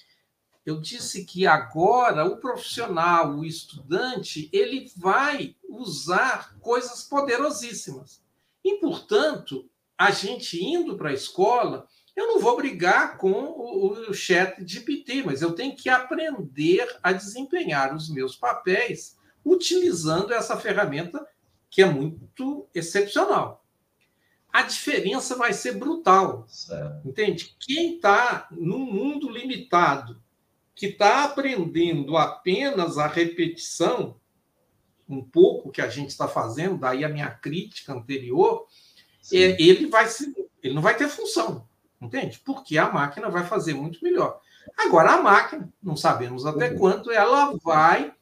Eu disse que agora o profissional, o estudante, ele vai usar coisas poderosíssimas. E, portanto, a gente indo para a escola, eu não vou brigar com o ChatGPT, mas eu tenho que aprender a desempenhar os meus papéis utilizando essa ferramenta que é muito excepcional. A diferença vai ser brutal. Certo. Entende? Quem está num mundo limitado, que está aprendendo apenas a repetição, um pouco que a gente está fazendo, daí a minha crítica anterior, ele não vai ter função, entende? Porque a máquina vai fazer muito melhor. Agora, a máquina, não sabemos até quanto, ela vai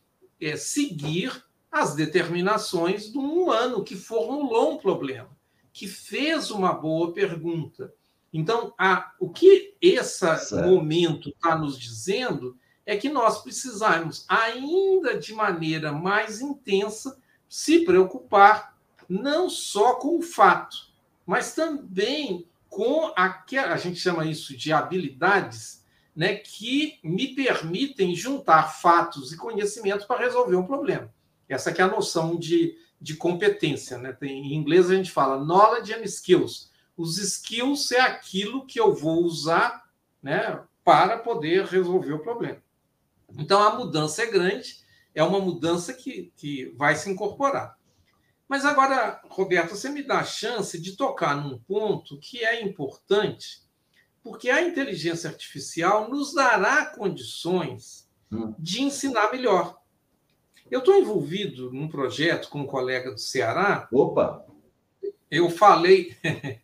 seguir as determinações do humano que formulou um problema, que fez uma boa pergunta. Então, o que esse momento está nos dizendo é que nós precisamos, ainda de maneira mais intensa, se preocupar não só com o fato, mas também com a gente chama isso de habilidades, né, que me permitem juntar fatos e conhecimento para resolver um problema. Essa que é a noção de competência, né? Em inglês a gente fala knowledge and skills. Os skills é aquilo que eu vou usar, né, para poder resolver o problema. Então, a mudança é grande, é uma mudança que vai se incorporar. Mas agora, Roberto, você me dá a chance de tocar num ponto que é importante, porque a inteligência artificial nos dará condições de ensinar melhor. Eu estou envolvido num projeto com um colega do Ceará. Opa! Eu falei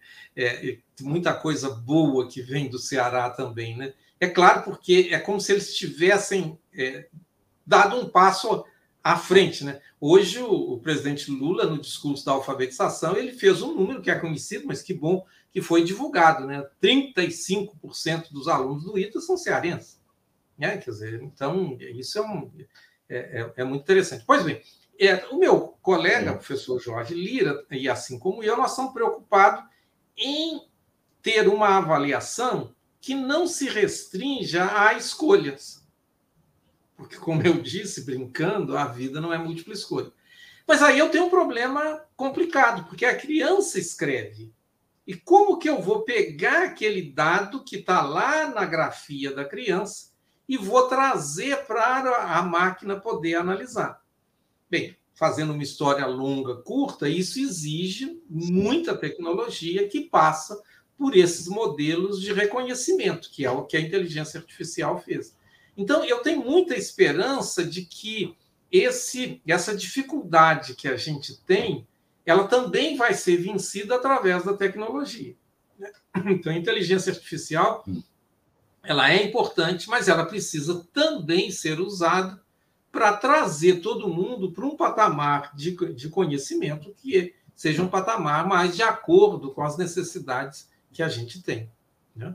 muita coisa boa que vem do Ceará também, né? É claro, porque é como se eles tivessem dado um passo à frente, né? Hoje, o presidente Lula, no discurso da alfabetização, ele fez um número que é conhecido, mas que bom que foi divulgado, né? 35% dos alunos do ITA são cearenses. Quer dizer, então, isso é muito interessante. Pois bem, o meu colega, o professor Jorge Lira, e assim como eu, nós estamos preocupados em ter uma avaliação que não se restrinja a escolhas. Porque, como eu disse, brincando, a vida não é múltipla escolha. Mas aí eu tenho um problema complicado, porque a criança escreve. E como que eu vou pegar aquele dado que está lá na grafia da criança e vou trazer para a máquina poder analisar? Bem, fazendo uma história longa, curta, isso exige muita tecnologia que passa por esses modelos de reconhecimento, que é o que a inteligência artificial fez. Então, eu tenho muita esperança de que essa dificuldade que a gente tem, ela também vai ser vencida através da tecnologia. Então, a inteligência artificial, ela é importante, mas ela precisa também ser usada para trazer todo mundo para um patamar de conhecimento que seja um patamar mais de acordo com as necessidades que a gente tem, né?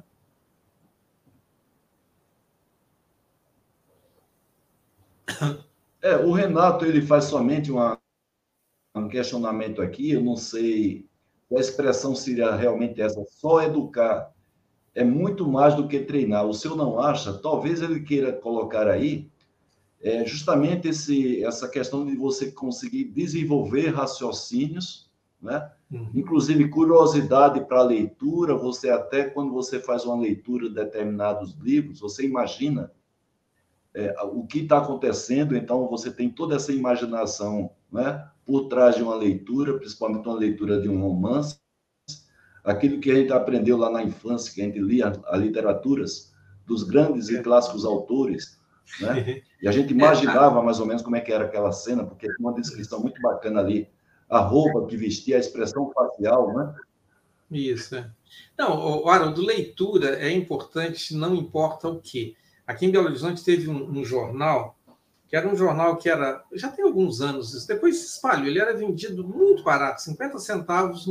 O Renato, ele faz somente um questionamento aqui, eu não sei, a expressão seria realmente essa, só educar é muito mais do que treinar. O senhor não acha? Talvez ele queira colocar aí justamente essa questão de você conseguir desenvolver raciocínios, né? Inclusive curiosidade para a leitura. Você até, quando você faz uma leitura de determinados livros, você imagina o que está acontecendo, então você tem toda essa imaginação, né, por trás de uma leitura, principalmente uma leitura de um romance, aquilo que a gente aprendeu lá na infância, que a gente lia as literaturas dos grandes e clássicos autores, né? E a gente imaginava mais ou menos como é que era aquela cena, porque tem uma descrição muito bacana ali, a roupa que vestia, a expressão facial, né? Isso, é. Não, Haroldo, leitura é importante, não importa o quê. Aqui em Belo Horizonte teve um jornal, que era um jornal que era, já tem alguns anos, isso, depois se espalhou, ele era vendido muito barato, 50 centavos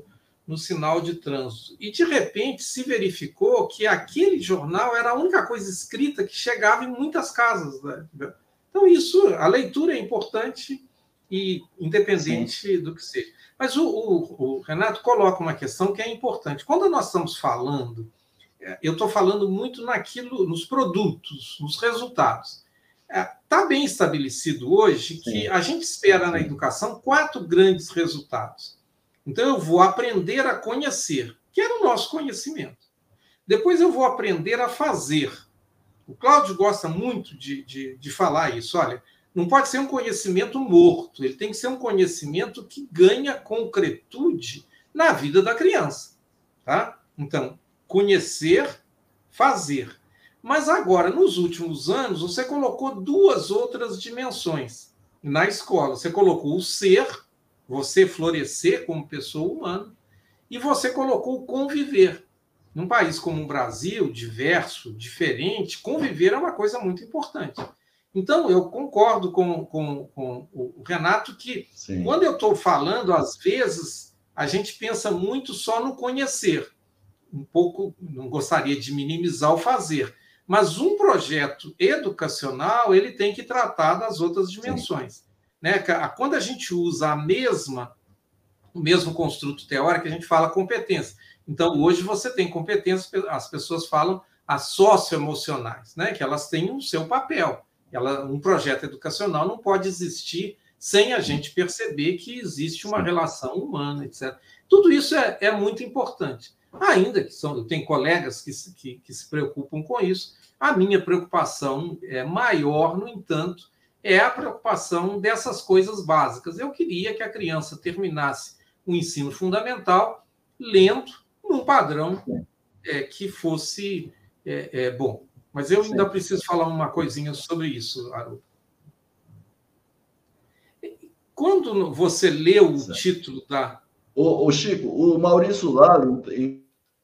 no sinal de trânsito. E, de repente, se verificou que aquele jornal era a única coisa escrita que chegava em muitas casas, né? Então, a leitura é importante e independente do que seja. Mas o Renato coloca uma questão que é importante. Quando nós estamos falando, eu estou falando muito nos produtos, nos resultados. Está bem estabelecido hoje que a gente espera na educação 4 grandes resultados. Então, eu vou aprender a conhecer, que era o nosso conhecimento. Depois, eu vou aprender a fazer. O Cláudio gosta muito de falar isso. Olha, não pode ser um conhecimento morto, ele tem que ser um conhecimento que ganha concretude na vida da criança. Tá? Então, conhecer, fazer. Mas agora, nos últimos anos, você colocou 2 outras dimensões na escola. Você colocou o ser, você florescer como pessoa humana, e você colocou o conviver. Num país como o Brasil, diverso, diferente, conviver é uma coisa muito importante. Então, eu concordo com o Renato que, quando eu estou falando, às vezes, a gente pensa muito só no conhecer. Um pouco, não gostaria de minimizar o fazer, mas um projeto educacional ele tem que tratar das outras dimensões. Né? Quando a gente usa o mesmo construto teórico, a gente fala competência. Então, hoje você tem competências, as pessoas falam as socioemocionais, né? Que elas têm o seu papel. Um projeto educacional não pode existir sem a gente perceber que existe uma relação humana, etc. Tudo isso é muito importante. Ainda que eu tenho colegas que se preocupam com isso, a minha preocupação é maior, no entanto, é a preocupação dessas coisas básicas. Eu queria que a criança terminasse o ensino fundamental lendo num padrão que fosse bom. Mas eu ainda preciso falar uma coisinha sobre isso, Haroldo. Quando você leu o título da... Ô, Chico, o Maurício Lali...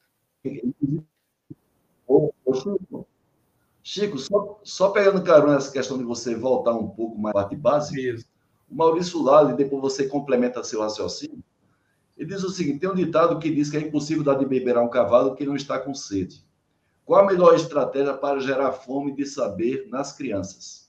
Chico, só pegando carona nessa questão de você voltar um pouco mais à parte básica, o Maurício Lali, depois você complementa seu raciocínio, ele diz o seguinte, tem um ditado que diz que é impossível dar de beber a um cavalo que não está com sede. Qual a melhor estratégia para gerar fome de saber nas crianças?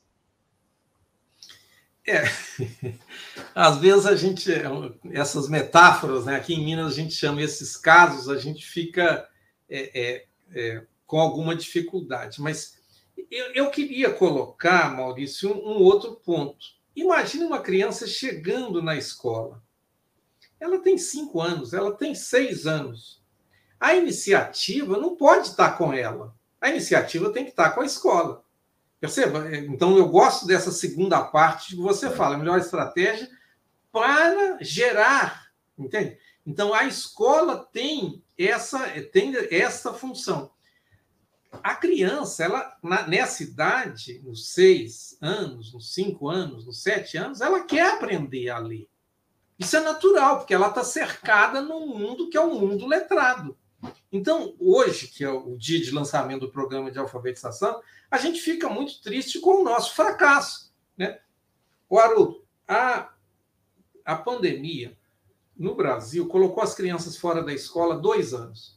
Às vezes a gente, essas metáforas, né? Aqui em Minas a gente chama esses casos, a gente fica com alguma dificuldade. Mas eu queria colocar, Maurício, um outro ponto. Imagine uma criança chegando na escola. Ela tem 5 anos, ela tem 6 anos. A iniciativa não pode estar com ela. A iniciativa tem que estar com a escola. Perceba? Então, eu gosto dessa segunda parte que você fala, a melhor estratégia para gerar, entende? Então, a escola tem essa função. A criança, ela, nessa idade, nos 6 anos, nos 5 anos, nos 7 anos, ela quer aprender a ler. Isso é natural, porque ela está cercada num mundo que é um mundo letrado. Então, hoje, que é o dia de lançamento do programa de alfabetização, a gente fica muito triste com o nosso fracasso. Né? O Haroldo, a pandemia no Brasil colocou as crianças fora da escola 2 anos.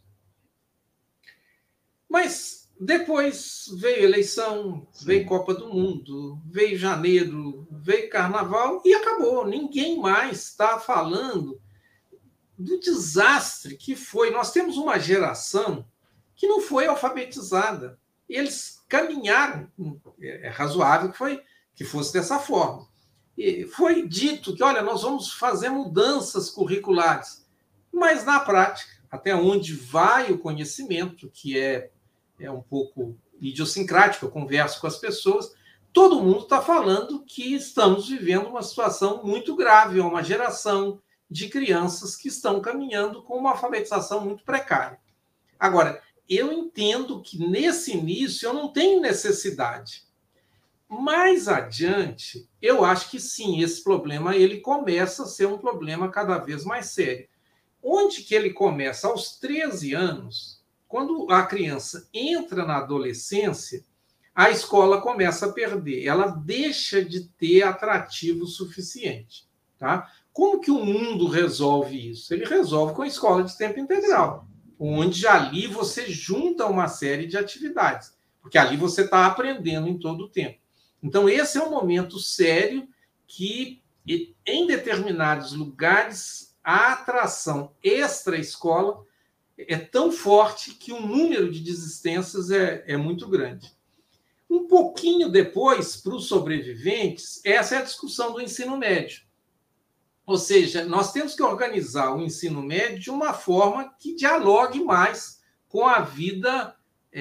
Mas depois veio eleição, veio Copa do Mundo, veio janeiro, veio carnaval e acabou. Ninguém mais está falando do desastre que foi. Nós temos uma geração que não foi alfabetizada. Eles caminharam, é razoável que fosse dessa forma. E foi dito que, olha, nós vamos fazer mudanças curriculares, mas na prática, até onde vai o conhecimento, que é um pouco idiosincrático, eu converso com as pessoas, todo mundo está falando que estamos vivendo uma situação muito grave, uma geração de crianças que estão caminhando com uma alfabetização muito precária. Agora, eu entendo que nesse início eu não tenho necessidade. Mais adiante, eu acho que sim, esse problema ele começa a ser um problema cada vez mais sério. Onde que ele começa? Aos 13 anos, quando a criança entra na adolescência, a escola começa a perder, ela deixa de ter atrativo suficiente. Tá? Como que o mundo resolve isso? Ele resolve com a escola de tempo integral, onde ali você junta uma série de atividades, porque ali você está aprendendo em todo o tempo. Então, esse é um momento sério que, em determinados lugares, a atração extra-escola é tão forte que o número de desistências é muito grande. Um pouquinho depois, para os sobreviventes, essa é a discussão do ensino médio. Ou seja, nós temos que organizar o ensino médio de uma forma que dialogue mais com a vida,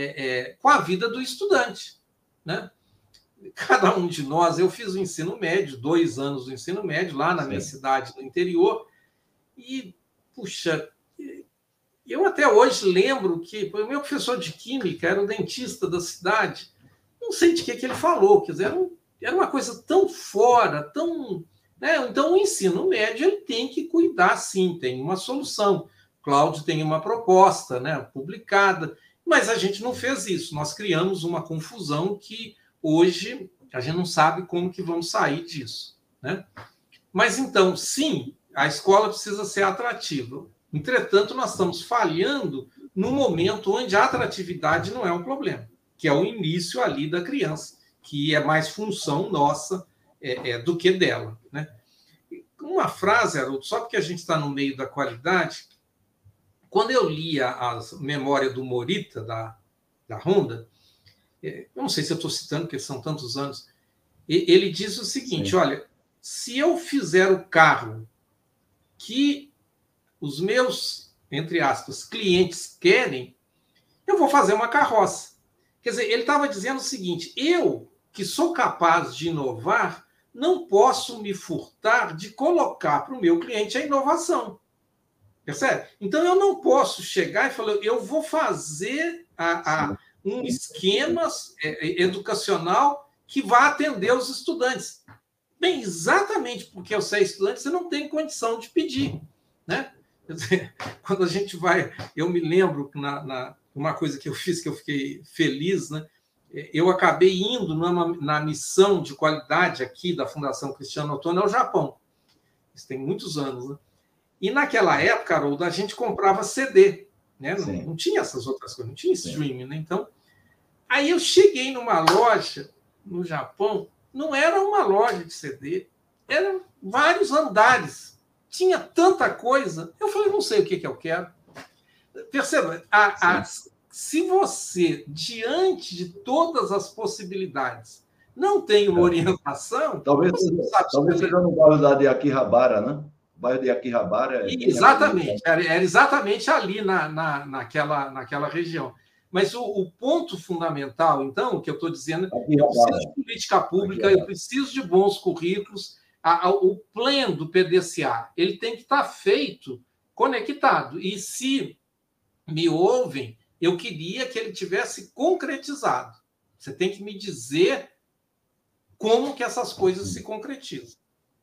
do estudante. Né? Cada um de nós, eu fiz o ensino médio, 2 anos do ensino médio, lá na minha cidade, no interior, e, puxa, eu até hoje lembro que o meu professor de química era o dentista da cidade, não sei de que ele falou, quer dizer, era uma coisa tão fora, tão... Né? Então, o ensino médio ele tem que cuidar, sim, tem uma solução. Cláudio tem uma proposta, né, publicada, mas a gente não fez isso. Nós criamos uma confusão que hoje a gente não sabe como que vamos sair disso. Né? Mas, então, sim, a escola precisa ser atrativa. Entretanto, nós estamos falhando no momento onde a atratividade não é um problema, que é o início ali da criança, que é mais função nossa do que dela. Né? Uma frase, Haroldo, só porque a gente está no meio da qualidade, quando eu li a memória do Morita, da Honda, eu não sei se eu estou citando, porque são tantos anos, ele diz o seguinte, sim, olha, se eu fizer o carro que os meus, entre aspas, clientes querem, eu vou fazer uma carroça. Quer dizer, ele estava dizendo o seguinte, eu, que sou capaz de inovar, não posso me furtar de colocar para o meu cliente a inovação. Percebe? Então, eu não posso chegar e falar, eu vou fazer um esquema educacional que vá atender os estudantes. Bem, exatamente porque você é estudante, você não tem condição de pedir. Né? Quer dizer, quando a gente vai... Eu me lembro, uma coisa que eu fiz, que eu fiquei feliz, né? Eu acabei indo na missão de qualidade aqui da Fundação Cristiano Ottoni ao Japão. Isso tem muitos anos. Né? E naquela época, Haroldo, a gente comprava CD. Né? Não tinha essas outras coisas, não tinha streaming. Né? Então, aí eu cheguei numa loja no Japão, não era uma loja de CD, eram vários andares. Tinha tanta coisa. Eu falei, não sei o que eu quero. Perceba, se você, diante de todas as possibilidades, não tem uma orientação... Talvez seja no bairro de Akihabara, né? O bairro de Akihabara... Exatamente, era exatamente ali naquela região. Mas o ponto fundamental, então, que eu estou dizendo, eu preciso de política pública, eu preciso de bons currículos, o plano do PDCA, ele tem que estar feito conectado. E se me ouvem, eu queria que ele tivesse concretizado. Você tem que me dizer como que essas coisas se concretizam.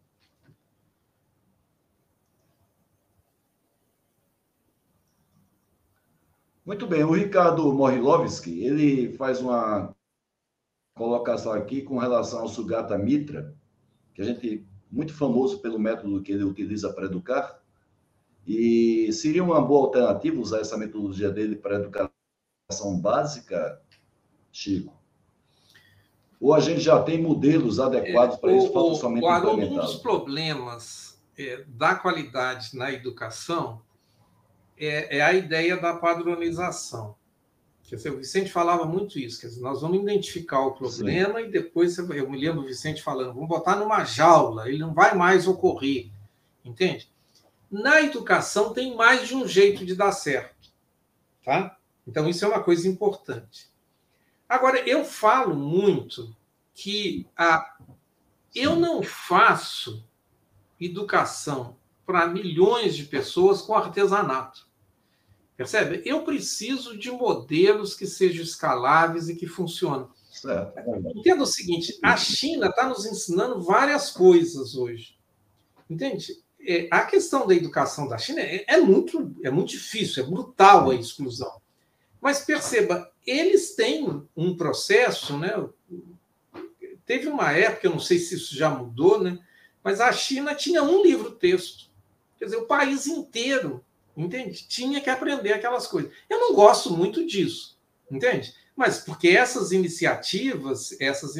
Muito bem. O Ricardo Morilovski, ele faz uma colocação aqui com relação ao Sugata Mitra, que a gente muito famoso pelo método que ele utiliza para educar, e seria uma boa alternativa usar essa metodologia dele para educação básica, Chico? Ou a gente já tem modelos adequados para isso, falta somente implementá-los? Um dos problemas da qualidade na educação é a ideia da padronização. Quer dizer, o Vicente falava muito isso, quer dizer, nós vamos identificar o problema. Sim. E depois, eu me lembro do Vicente falando, vamos botar numa jaula, ele não vai mais ocorrer, entende? Na educação tem mais de um jeito de dar certo, tá? Então, isso é uma coisa importante. Agora, eu falo muito que eu não faço educação para milhões de pessoas com artesanato. Percebe? Eu preciso de modelos que sejam escaláveis e que funcionem. Entenda o seguinte, a China está nos ensinando várias coisas hoje. Entende? A questão da educação da China é muito difícil, é brutal a exclusão. Mas perceba, eles têm um processo, né? Teve uma época, eu não sei se isso já mudou, né? Mas a China tinha um livro-texto. Quer dizer, o país inteiro, entende? Tinha que aprender aquelas coisas. Eu não gosto muito disso, entende? Mas porque essas iniciativas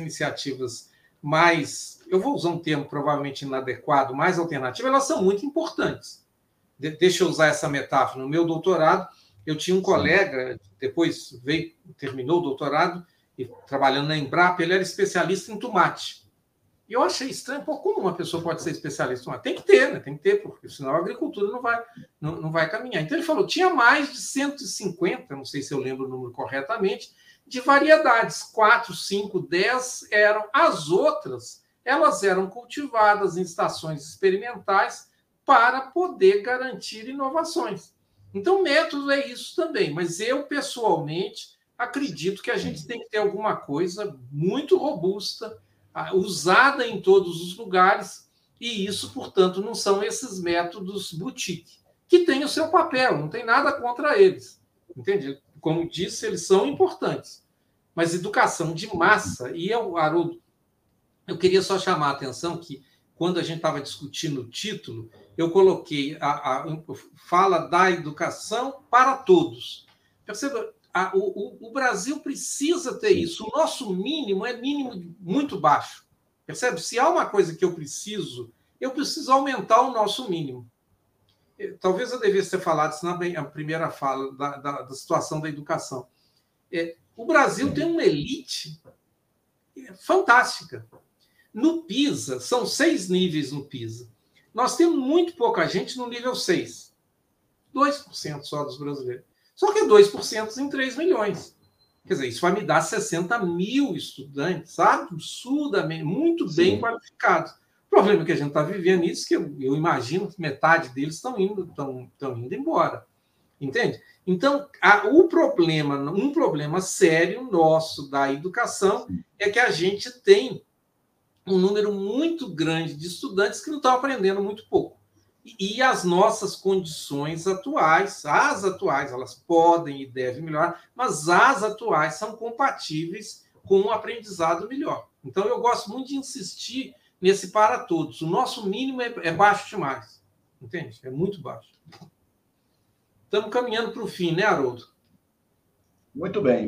mais, eu vou usar um termo provavelmente inadequado, mais alternativo, elas são muito importantes. Deixa eu usar essa metáfora. No meu doutorado, eu tinha um colega, depois terminou o doutorado, e trabalhando na Embrapa, ele era especialista em tomate. E eu achei estranho, como uma pessoa pode ser especialista em tomate? Tem que ter, né? Tem que ter, porque senão a agricultura não vai caminhar. Então ele falou, tinha mais de 150, não sei se eu lembro o número corretamente, de variedades, 4, 5, 10 eram. As outras, elas eram cultivadas em estações experimentais para poder garantir inovações. Então, método é isso também, mas eu, pessoalmente, acredito que a gente tem que ter alguma coisa muito robusta, usada em todos os lugares, e isso, portanto, não são esses métodos boutique, que têm o seu papel, não tem nada contra eles. Entende? Como disse, eles são importantes. Mas educação de massa, e Haroldo, eu queria só chamar a atenção que, quando a gente estava discutindo o título, eu coloquei fala da educação para todos. Perceba, o Brasil precisa ter isso. O nosso mínimo é mínimo muito baixo. Percebe? Se há uma coisa que eu preciso aumentar o nosso mínimo. Talvez eu devesse ter falado isso na primeira fala da situação da educação. O Brasil tem uma elite fantástica. No PISA, são 6 níveis no PISA. Nós temos muito pouca gente no nível 6. 2% só dos brasileiros. Só que é 2% em 3 milhões. Quer dizer, isso vai me dar 60 mil estudantes, absurdamente, muito bem qualificados. O problema que a gente está vivendo isso, que eu imagino que metade deles estão indo embora. Entende? Então, um problema sério nosso da educação é que a gente tem um número muito grande de estudantes que não estão aprendendo muito pouco. E as nossas condições atuais, elas podem e devem melhorar, mas as atuais são compatíveis com um aprendizado melhor. Então, eu gosto muito de insistir nesse para todos. O nosso mínimo é baixo demais. Entende? É muito baixo. Estamos caminhando para o fim, né, Haroldo? Muito bem.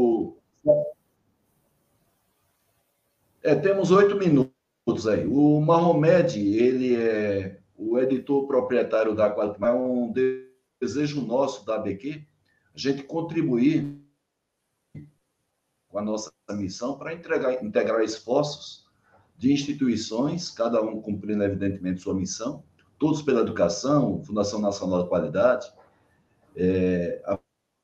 Temos 8 minutos aí. O Mahomed, ele é o editor proprietário da Quality. É um desejo nosso da ABQ a gente contribuir com a nossa missão para integrar esforços de instituições, cada um cumprindo, evidentemente, sua missão, todos pela educação, Fundação Nacional da Qualidade, a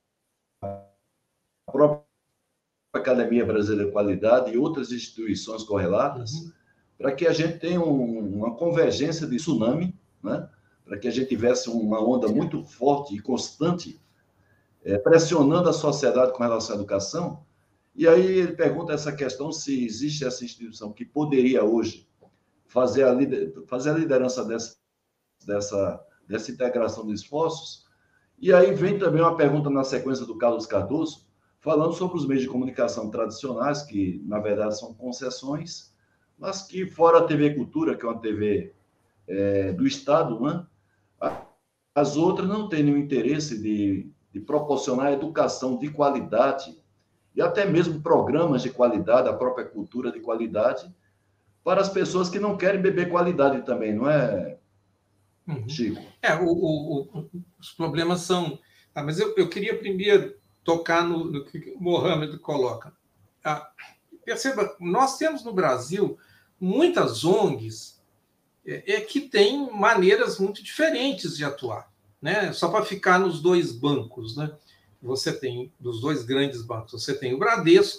própria Academia Brasileira de Qualidade e outras instituições correlatas, para que a gente tenha uma convergência de tsunami, né? Para que a gente tivesse uma onda muito forte e constante, pressionando a sociedade com relação à educação. E aí ele pergunta essa questão, se existe essa instituição que poderia hoje fazer a liderança dessa integração de esforços. E aí vem também uma pergunta na sequência do Carlos Cardoso, falando sobre os meios de comunicação tradicionais, que, na verdade, são concessões, mas que, fora a TV Cultura, que é uma TV do Estado, né? As outras não têm nenhum interesse de proporcionar educação de qualidade e até mesmo programas de qualidade, a própria cultura de qualidade, para as pessoas que não querem beber qualidade também, não é, Chico? Os problemas são... mas eu queria primeiro tocar no que o Mohamed coloca. Perceba, nós temos no Brasil muitas ONGs que têm maneiras muito diferentes de atuar, né? Só para ficar nos 2 bancos, né? Você tem, dos 2 grandes bancos, você tem o Bradesco,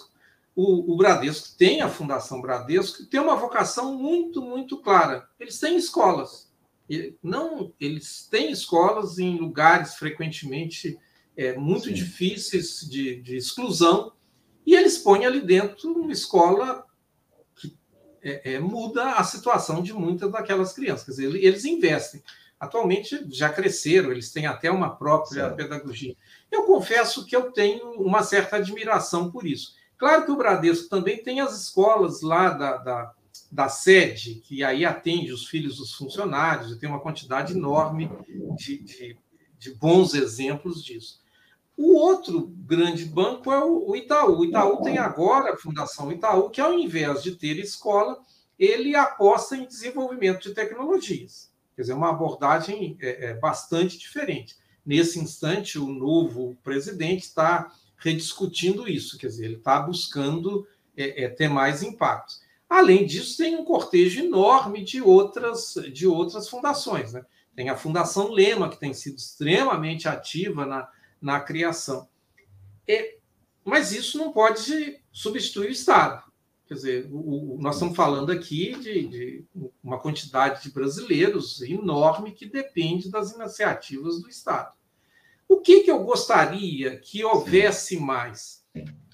o Bradesco tem, a Fundação Bradesco, tem uma vocação muito, muito clara. Eles têm escolas. Eles têm escolas em lugares frequentemente muito Sim. difíceis de exclusão, e eles põem ali dentro uma escola que muda a situação de muitas daquelas crianças. Quer dizer, eles investem. Atualmente já cresceram, eles têm até uma própria Sim. pedagogia. Eu confesso que eu tenho uma certa admiração por isso. Claro que o Bradesco também tem as escolas lá da sede, que aí atende os filhos dos funcionários, e tem uma quantidade enorme de bons exemplos disso. O outro grande banco é o Itaú. O Itaú tem agora a Fundação Itaú, que ao invés de ter escola, ele aposta em desenvolvimento de tecnologias. Quer dizer, uma abordagem bastante diferente. Nesse instante, o novo presidente está rediscutindo isso, quer dizer, ele está buscando ter mais impacto. Além disso, tem um cortejo enorme de outras fundações, né? Tem a Fundação Lema, que tem sido extremamente ativa na criação. Mas isso não pode substituir o Estado. Quer dizer, nós estamos falando aqui de uma quantidade de brasileiros enorme que depende das iniciativas do Estado. O que eu gostaria que houvesse mais?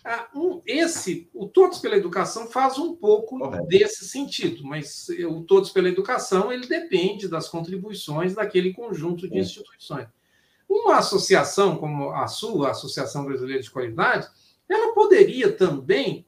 O Todos pela Educação faz um pouco desse sentido, mas o Todos pela Educação ele depende das contribuições daquele conjunto de instituições. Uma associação como a sua, a Associação Brasileira de Qualidade, ela poderia também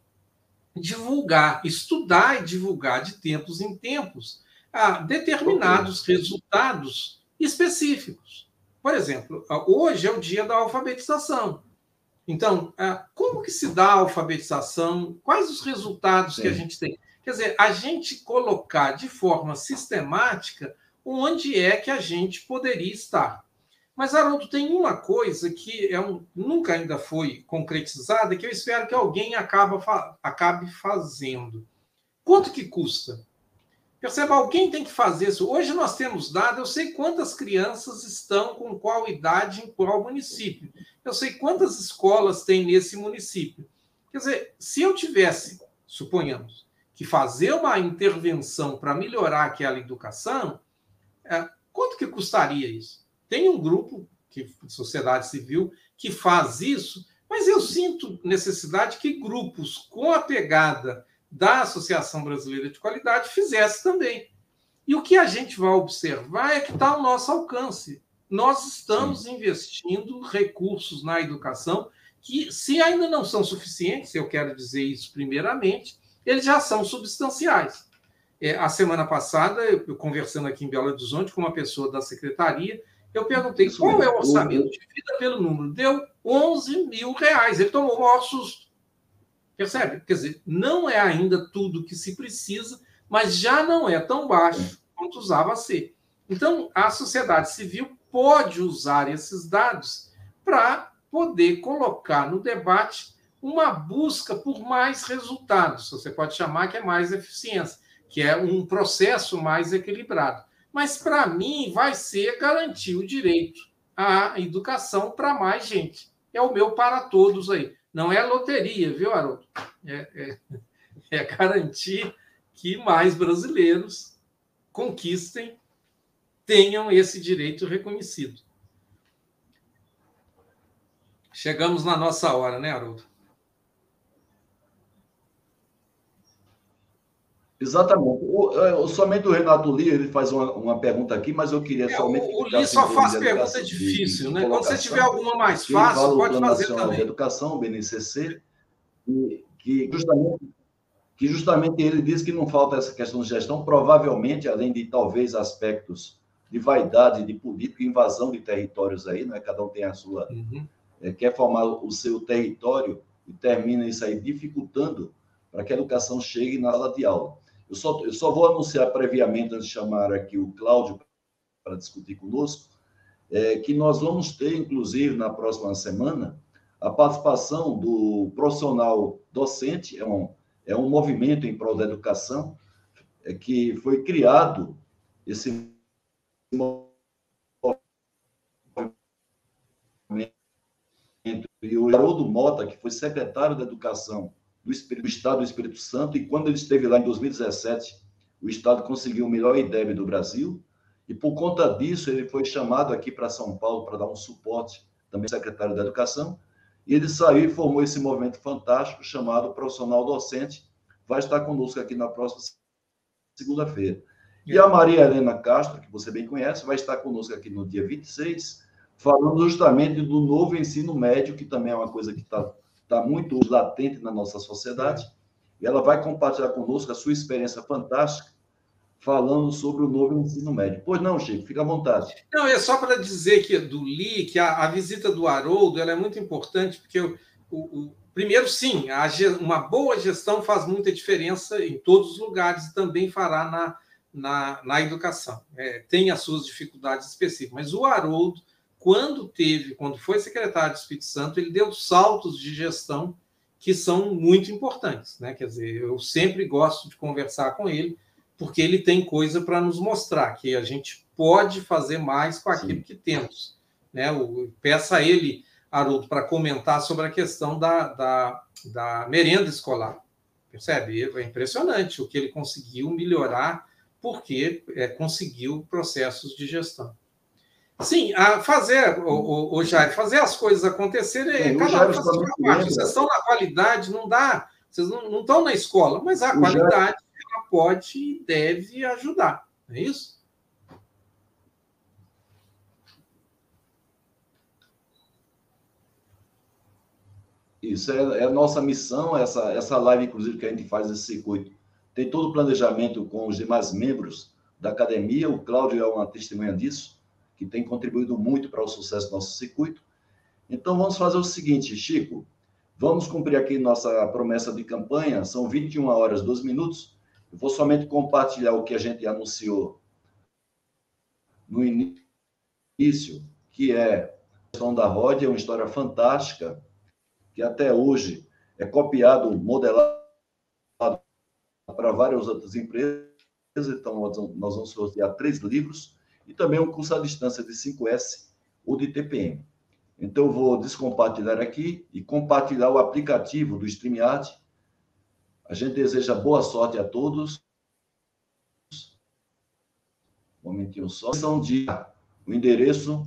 estudar e divulgar de tempos em tempos determinados resultados específicos. Por exemplo, hoje é o dia da alfabetização. Então, como que se dá a alfabetização? Quais os resultados que a gente tem? Quer dizer, a gente colocar de forma sistemática onde é que a gente poderia estar. Mas, Haroldo, tem uma coisa que nunca ainda foi concretizada, que eu espero que alguém acabe fazendo. Quanto que custa? Perceba, alguém tem que fazer isso. Hoje nós temos dado, eu sei quantas crianças estão com qual idade em qual município. Eu sei quantas escolas tem nesse município. Quer dizer, se eu tivesse, suponhamos, que fazer uma intervenção para melhorar aquela educação, quanto que custaria isso? Tem um grupo de sociedade civil que faz isso, mas eu sinto necessidade que grupos com a pegada da Associação Brasileira de Qualidade fizesse também. E o que a gente vai observar é que está ao nosso alcance. Nós estamos investindo recursos na educação que, se ainda não são suficientes, eu quero dizer isso primeiramente, eles já são substanciais. A semana passada, eu conversando aqui em Belo Horizonte com uma pessoa da secretaria, eu perguntei qual é o orçamento, divida pelo número, deu 11 mil reais. Ele tomou o maior susto. Percebe? Quer dizer, não é ainda tudo que se precisa, mas já não é tão baixo quanto usava a ser. Então, a sociedade civil pode usar esses dados para poder colocar no debate uma busca por mais resultados. Você pode chamar que é mais eficiência, que é um processo mais equilibrado. Mas, para mim, vai ser garantir o direito à educação para mais gente. É o meu para todos aí. Não é loteria, viu, Haroldo? É garantir que mais brasileiros conquistem, tenham esse direito reconhecido. Chegamos na nossa hora, né, Haroldo? Exatamente. Somente o Renato Lia, ele faz uma pergunta aqui, mas eu queria somente... O Lia só faz pergunta difícil, né? Quando você tiver alguma mais fácil, pode fazer também. De Educação, o BNCC, que justamente ele diz que não falta essa questão de gestão, provavelmente, além de talvez aspectos de vaidade, de política, invasão de territórios aí, né? Cada um tem a sua... quer formar o seu território e termina isso aí dificultando para que a educação chegue na sala de aula. Eu só vou anunciar previamente, antes de chamar aqui o Cláudio para discutir conosco, que nós vamos ter, inclusive, na próxima semana, a participação do profissional docente, é um movimento em prol da educação, que foi criado, esse movimento, e o Haroldo Mota, que foi secretário da Educação do Estado do Espírito Santo, e quando ele esteve lá em 2017, o Estado conseguiu o melhor IDEB do Brasil, e por conta disso ele foi chamado aqui para São Paulo para dar um suporte, também secretário da Educação, e ele saiu e formou esse movimento fantástico chamado Profissional Docente, vai estar conosco aqui na próxima segunda-feira. E a Maria Helena Castro, que você bem conhece, vai estar conosco aqui no dia 26, falando justamente do novo ensino médio, que também é uma coisa que está muito latente na nossa sociedade, e ela vai compartilhar conosco a sua experiência fantástica, falando sobre o novo ensino médio. Pois não, Chico, fica à vontade. Não, é só para dizer que do Li, que a visita do Haroldo ela é muito importante, porque primeiro, sim, uma boa gestão faz muita diferença em todos os lugares e também fará na educação. Tem as suas dificuldades específicas, mas o Haroldo, quando foi secretário do Espírito Santo, ele deu saltos de gestão que são muito importantes, né? Quer dizer, eu sempre gosto de conversar com ele, porque ele tem coisa para nos mostrar, que a gente pode fazer mais com aquilo que temos, né? Peça a ele, Haroldo, para comentar sobre a questão da merenda escolar. Percebe? É impressionante o que ele conseguiu melhorar, porque conseguiu processos de gestão. Sim, Jair, fazer as coisas acontecerem, cada um faz a sua parte. Vocês estão na qualidade, não dá, vocês não estão na escola, mas a qualidade ela pode e deve ajudar, não é isso? Isso é a nossa missão, essa live, inclusive, que a gente faz esse circuito. Tem todo o planejamento com os demais membros da academia, o Cláudio é uma testemunha disso, que tem contribuído muito para o sucesso do nosso circuito. Então, vamos fazer o seguinte, Chico, vamos cumprir aqui nossa promessa de campanha, são 21 horas, 12 minutos, eu vou somente compartilhar o que a gente anunciou no início, que é a questão da ROD, é uma história fantástica, que até hoje é copiado, modelado para várias outras empresas, então nós vamos sortear 3 livros, e também um curso à distância de 5S ou de TPM. Então, eu vou descompartilhar aqui e compartilhar o aplicativo do StreamYard. A gente deseja boa sorte a todos. Um momentinho só. O endereço.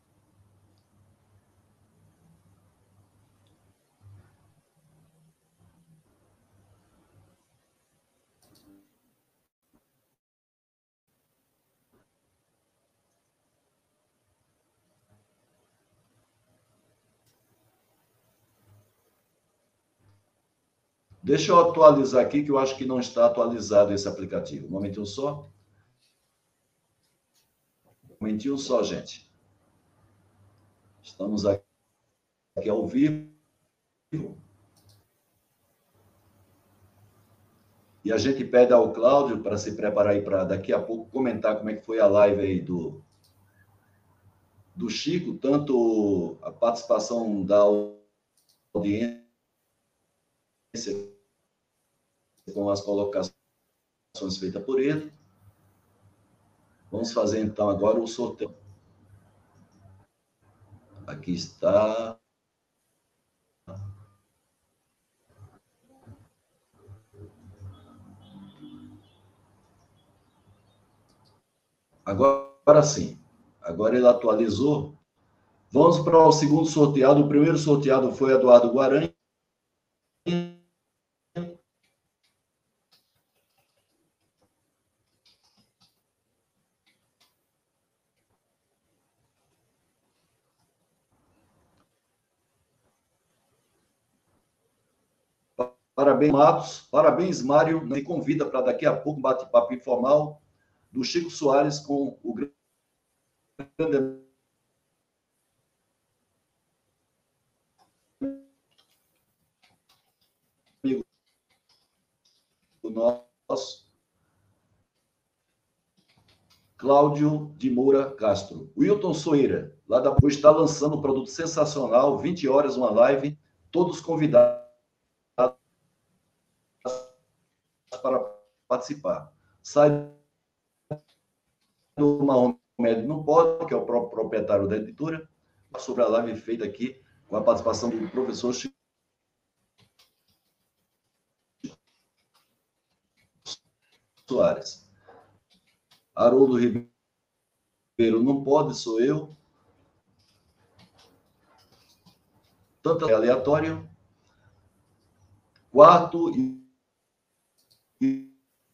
Deixa eu atualizar aqui, que eu acho que não está atualizado esse aplicativo. Um momentinho só. Um momentinho só, gente. Estamos aqui ao vivo. E a gente pede ao Cláudio para se preparar aí para daqui a pouco comentar como é que foi a live aí do Chico, tanto a participação da audiência com as colocações feitas por ele. Vamos fazer, então, agora o sorteio. Aqui está. Agora sim. Agora ele atualizou. Vamos para o segundo sorteado. O primeiro sorteado foi Eduardo Guaranha. Parabéns, Matos. Parabéns, Mário. Me convida para daqui a pouco um bate-papo informal do Chico Soares com o grande amigo nosso, Cláudio de Moura Castro. Wilton Soeira, lá da Boa, está lançando um produto sensacional, 20 horas, uma live, todos convidados para participar. Sai do Mahomed não pode, que é o próprio proprietário da editora, sobre a live feita aqui com a participação do professor Chico Soares. Haroldo Ribeiro, não pode, sou eu. Tanto é aleatório. Quarto e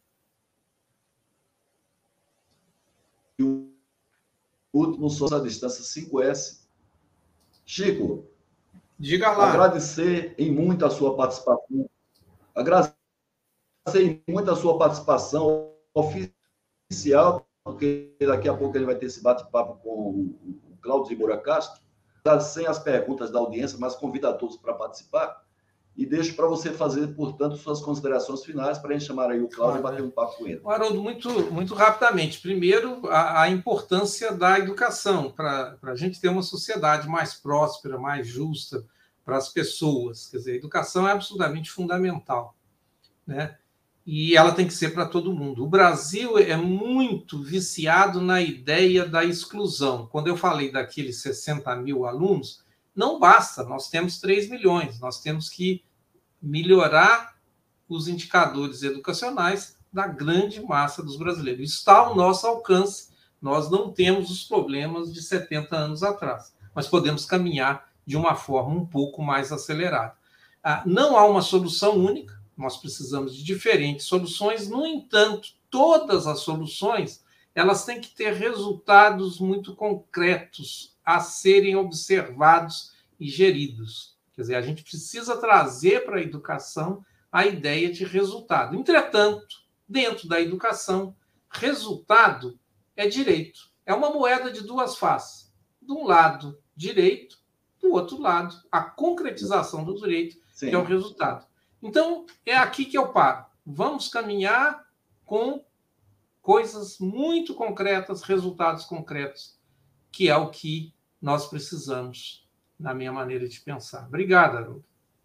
o último, só a distância 5S. Chico, diga lá. Agradecer em muito a sua participação. Agradecer em muito a sua participação oficial, porque daqui a pouco ele vai ter esse bate-papo com o Cláudio de Moura Castro. Sem as perguntas da audiência, mas convido a todos para participar. E deixo para você fazer, portanto, suas considerações finais para a gente chamar aí o Cláudio e bater um papo com ele. Haroldo, muito rapidamente. Primeiro, a importância da educação para a gente ter uma sociedade mais próspera, mais justa para as pessoas. Quer dizer, a educação é absolutamente fundamental, né? E ela tem que ser para todo mundo. O Brasil é muito viciado na ideia da exclusão. Quando eu falei daqueles 60 mil alunos, não basta, nós temos 3 milhões, nós temos que melhorar os indicadores educacionais da grande massa dos brasileiros. Isso está ao nosso alcance, nós não temos os problemas de 70 anos atrás, mas podemos caminhar de uma forma um pouco mais acelerada. Não há uma solução única, nós precisamos de diferentes soluções, no entanto, todas as soluções elas têm que ter resultados muito concretos a serem observados e geridos. Quer dizer, a gente precisa trazer para a educação a ideia de resultado. Entretanto, dentro da educação, resultado é direito. É uma moeda de duas faces. De um lado, direito, do outro lado, a concretização do direito, Sim. que é o resultado. Então, é aqui que eu paro. Vamos caminhar com coisas muito concretas, resultados concretos, que é o que nós precisamos, na minha maneira de pensar. Obrigado, Haroldo.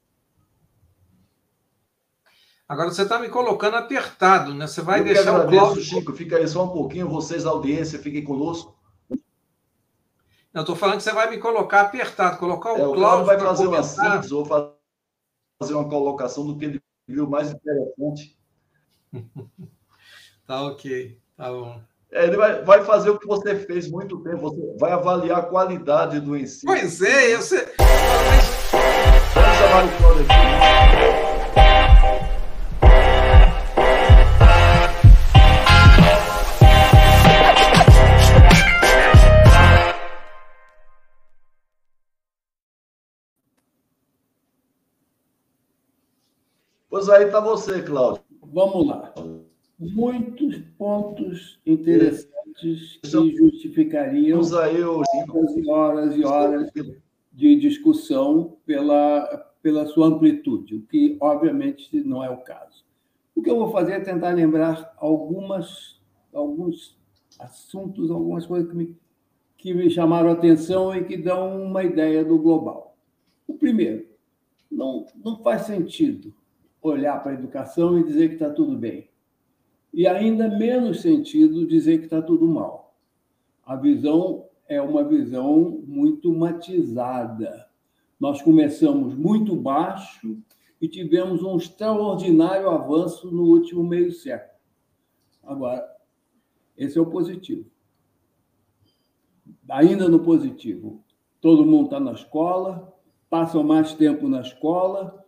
Agora você está me colocando apertado, né? Você vai deixar o Cláudio... Chico, fica aí só um pouquinho, vocês, audiência, fiquem conosco. Eu estou falando que você vai me colocar apertado, colocar o Cláudio vai fazer uma síntese ou fazer uma colocação do que ele viu mais interessante. Tá ok, tá bom. Ele vai fazer o que você fez muito tempo, você vai avaliar a qualidade do ensino. Pois é, eu sei. Vamos chamar o Cláudio aqui. Pois aí está você, Cláudio. Vamos lá. Muitos pontos interessantes que justificariam horas e horas de discussão pela sua amplitude, o que, obviamente, não é o caso. O que eu vou fazer é tentar lembrar alguns assuntos, algumas coisas que me chamaram a atenção e que dão uma ideia do global. O primeiro, não faz sentido olhar para a educação e dizer que está tudo bem. E ainda menos sentido dizer que está tudo mal. A visão é uma visão muito matizada. Nós começamos muito baixo e tivemos um extraordinário avanço no último meio século. Agora, esse é o positivo. Ainda no positivo, todo mundo está na escola, passam mais tempo na escola,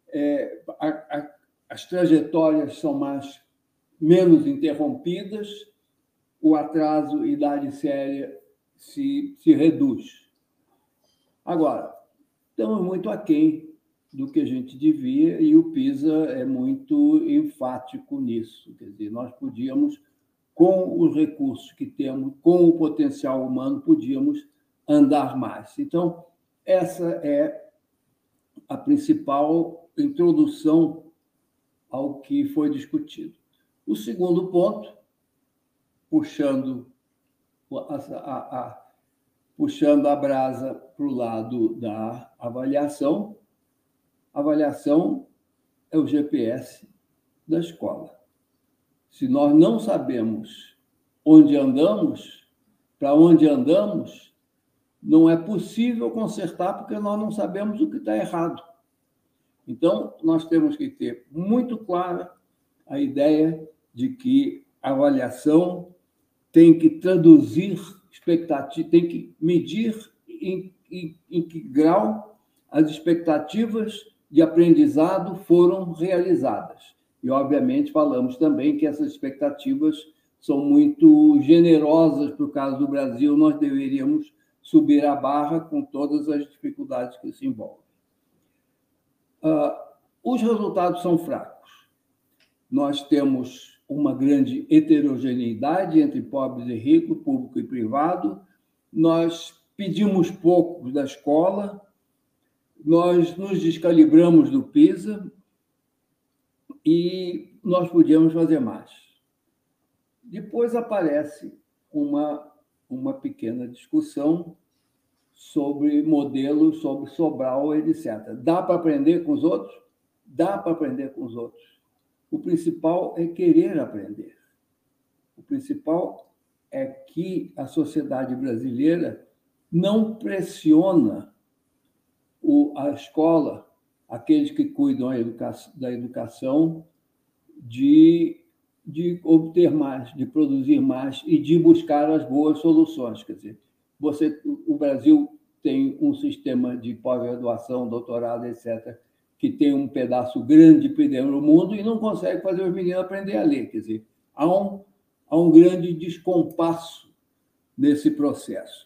as trajetórias são menos interrompidas, o atraso e idade séria se reduz. Agora, estamos muito aquém do que a gente devia e o PISA é muito enfático nisso. Quer dizer, nós podíamos, com os recursos que temos, com o potencial humano, podíamos andar mais. Então, essa é a principal introdução ao que foi discutido. O segundo ponto, puxando a brasa para o lado da avaliação, a avaliação é o GPS da escola. Se nós não sabemos onde andamos, para onde andamos, não é possível consertar porque nós não sabemos o que está errado. Então, nós temos que ter muito clara a ideia de que a avaliação tem que traduzir expectativa, tem que medir em que grau as expectativas de aprendizado foram realizadas. E, obviamente, falamos também que essas expectativas são muito generosas para o caso do Brasil, nós deveríamos subir a barra com todas as dificuldades que isso envolve. Os resultados são fracos. Nós temos uma grande heterogeneidade entre pobres e ricos, público e privado. Nós pedimos pouco da escola, nós nos descalibramos do PISA e nós podíamos fazer mais. Depois aparece uma pequena discussão sobre modelos, sobre Sobral, etc. Dá para aprender com os outros? Dá para aprender com os outros. O principal é querer aprender. O principal é que a sociedade brasileira não pressiona a escola, aqueles que cuidam da educação, de obter mais, de produzir mais e de buscar as boas soluções. Quer dizer, o Brasil tem um sistema de pós-graduação, doutorado, etc., que tem um pedaço grande de primeiro mundo e não consegue fazer os meninos aprender a ler. Quer dizer, há um grande descompasso nesse processo.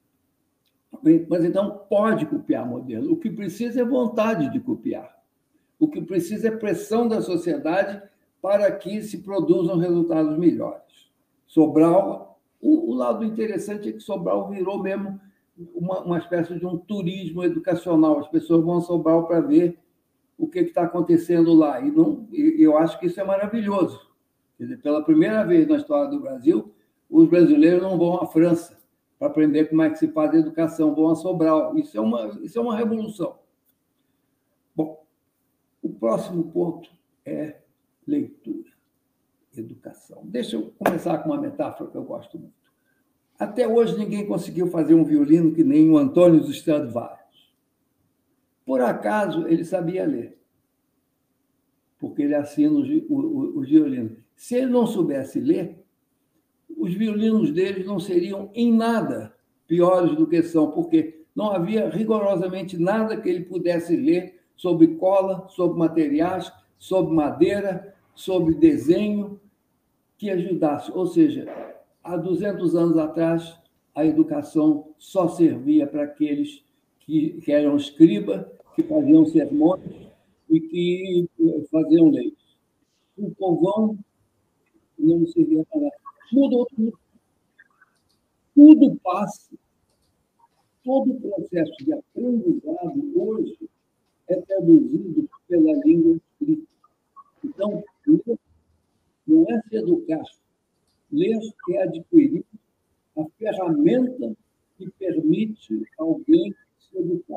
Mas, então, pode copiar modelo. O que precisa é vontade de copiar. O que precisa é pressão da sociedade para que se produzam resultados melhores. Sobral, o lado interessante é que Sobral virou mesmo uma espécie de um turismo educacional. As pessoas vão a Sobral para ver o que está acontecendo lá. E eu acho que isso é maravilhoso. Quer dizer, pela primeira vez na história do Brasil, os brasileiros não vão à França para aprender como é que se faz a educação, vão a Sobral. Isso é uma revolução. Bom, o próximo ponto é leitura, educação. Deixa eu começar com uma metáfora que eu gosto muito. Até hoje, ninguém conseguiu fazer um violino que nem o Antônio dos Stradivarius. Por acaso, ele sabia ler, porque ele assina os violinos. Se ele não soubesse ler, os violinos dele não seriam em nada piores do que são, porque não havia rigorosamente nada que ele pudesse ler sobre cola, sobre materiais, sobre madeira, sobre desenho, que ajudasse. Ou seja, há 200 anos atrás, a educação só servia para aqueles que eram escriba, que faziam sermões e que faziam leis. O povão não servia para nada. Mudou tudo. Tudo passa. Todo o processo de aprendizado hoje é traduzido pela língua escrita. Então, ler não é se educar. Ler é adquirir a ferramenta que permite alguém se educar.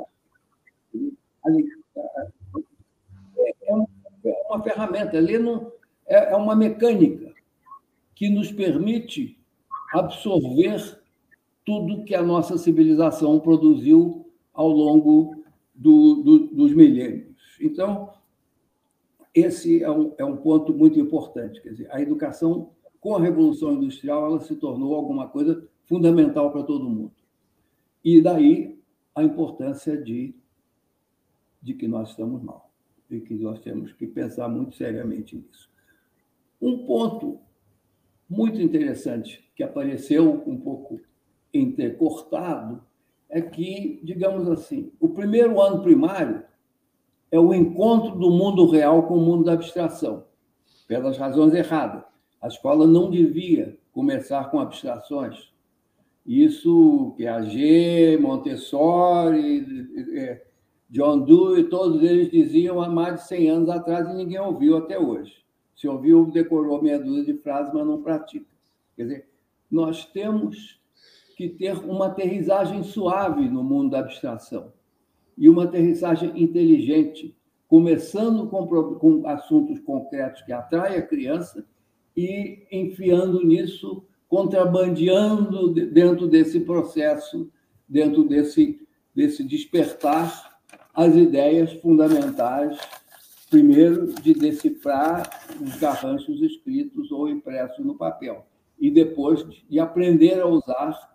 É uma ferramenta. Ler é uma mecânica que nos permite absorver tudo que a nossa civilização produziu ao longo dos milênios. Então, esse é um ponto muito importante. Quer dizer, a educação, com a Revolução Industrial, ela se tornou alguma coisa fundamental para todo mundo. E daí a importância de que nós estamos mal e que nós temos que pensar muito seriamente nisso. Um ponto muito interessante que apareceu um pouco entrecortado é que, digamos assim, o primeiro ano primário é o encontro do mundo real com o mundo da abstração, pelas razões erradas. A escola não devia começar com abstrações. Isso, Piaget, Montessori, John Dewey, todos eles diziam há mais de 100 anos atrás e ninguém ouviu até hoje. Se ouviu, decorou meia dúzia de frases, mas não pratica. Quer dizer, nós temos que ter uma aterrissagem suave no mundo da abstração e uma aterrissagem inteligente, começando com assuntos concretos que atraem a criança e enfiando nisso, contrabandeando dentro desse processo, dentro desse despertar as ideias fundamentais primeiro, de decifrar os garranchos escritos ou impressos no papel, e depois de aprender a usar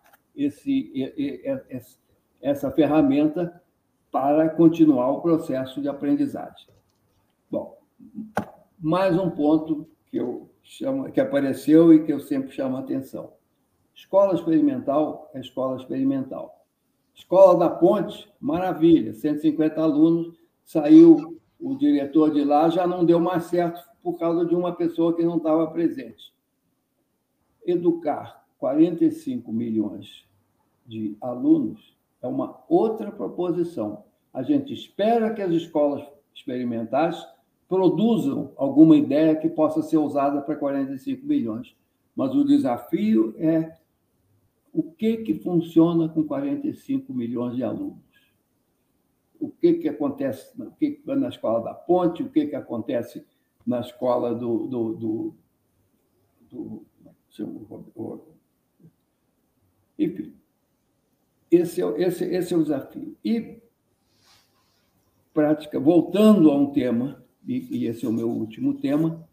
essa ferramenta para continuar o processo de aprendizagem. Bom, mais um ponto que apareceu e que eu sempre chamo a atenção. Escola experimental é escola experimental. Escola da Ponte, maravilha, 150 alunos, saiu o diretor de lá, já não deu mais certo por causa de uma pessoa que não estava presente. Educar 45 milhões de alunos é uma outra proposição. A gente espera que as escolas experimentais produzam alguma ideia que possa ser usada para 45 milhões. Mas o desafio é o que funciona com 45 milhões de alunos. O que acontece na escola da Ponte, o que acontece na escola enfim, esse é o desafio. E, prática, voltando a um tema, e esse é o meu último tema,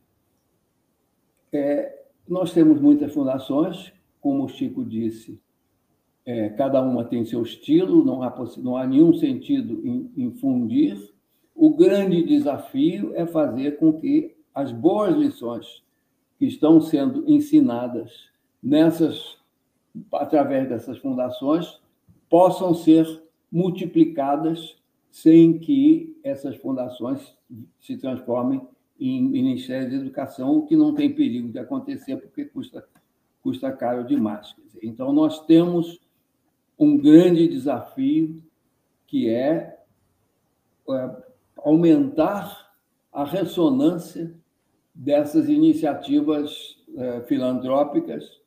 nós temos muitas fundações, como o Chico disse, cada uma tem seu estilo, não há nenhum sentido em fundir. O grande desafio é fazer com que as boas lições que estão sendo ensinadas através dessas fundações possam ser multiplicadas sem que essas fundações se transformem em Ministério da Educação, o que não tem perigo de acontecer, porque custa caro demais. Então, nós temos um grande desafio, que é aumentar a ressonância dessas iniciativas filantrópicas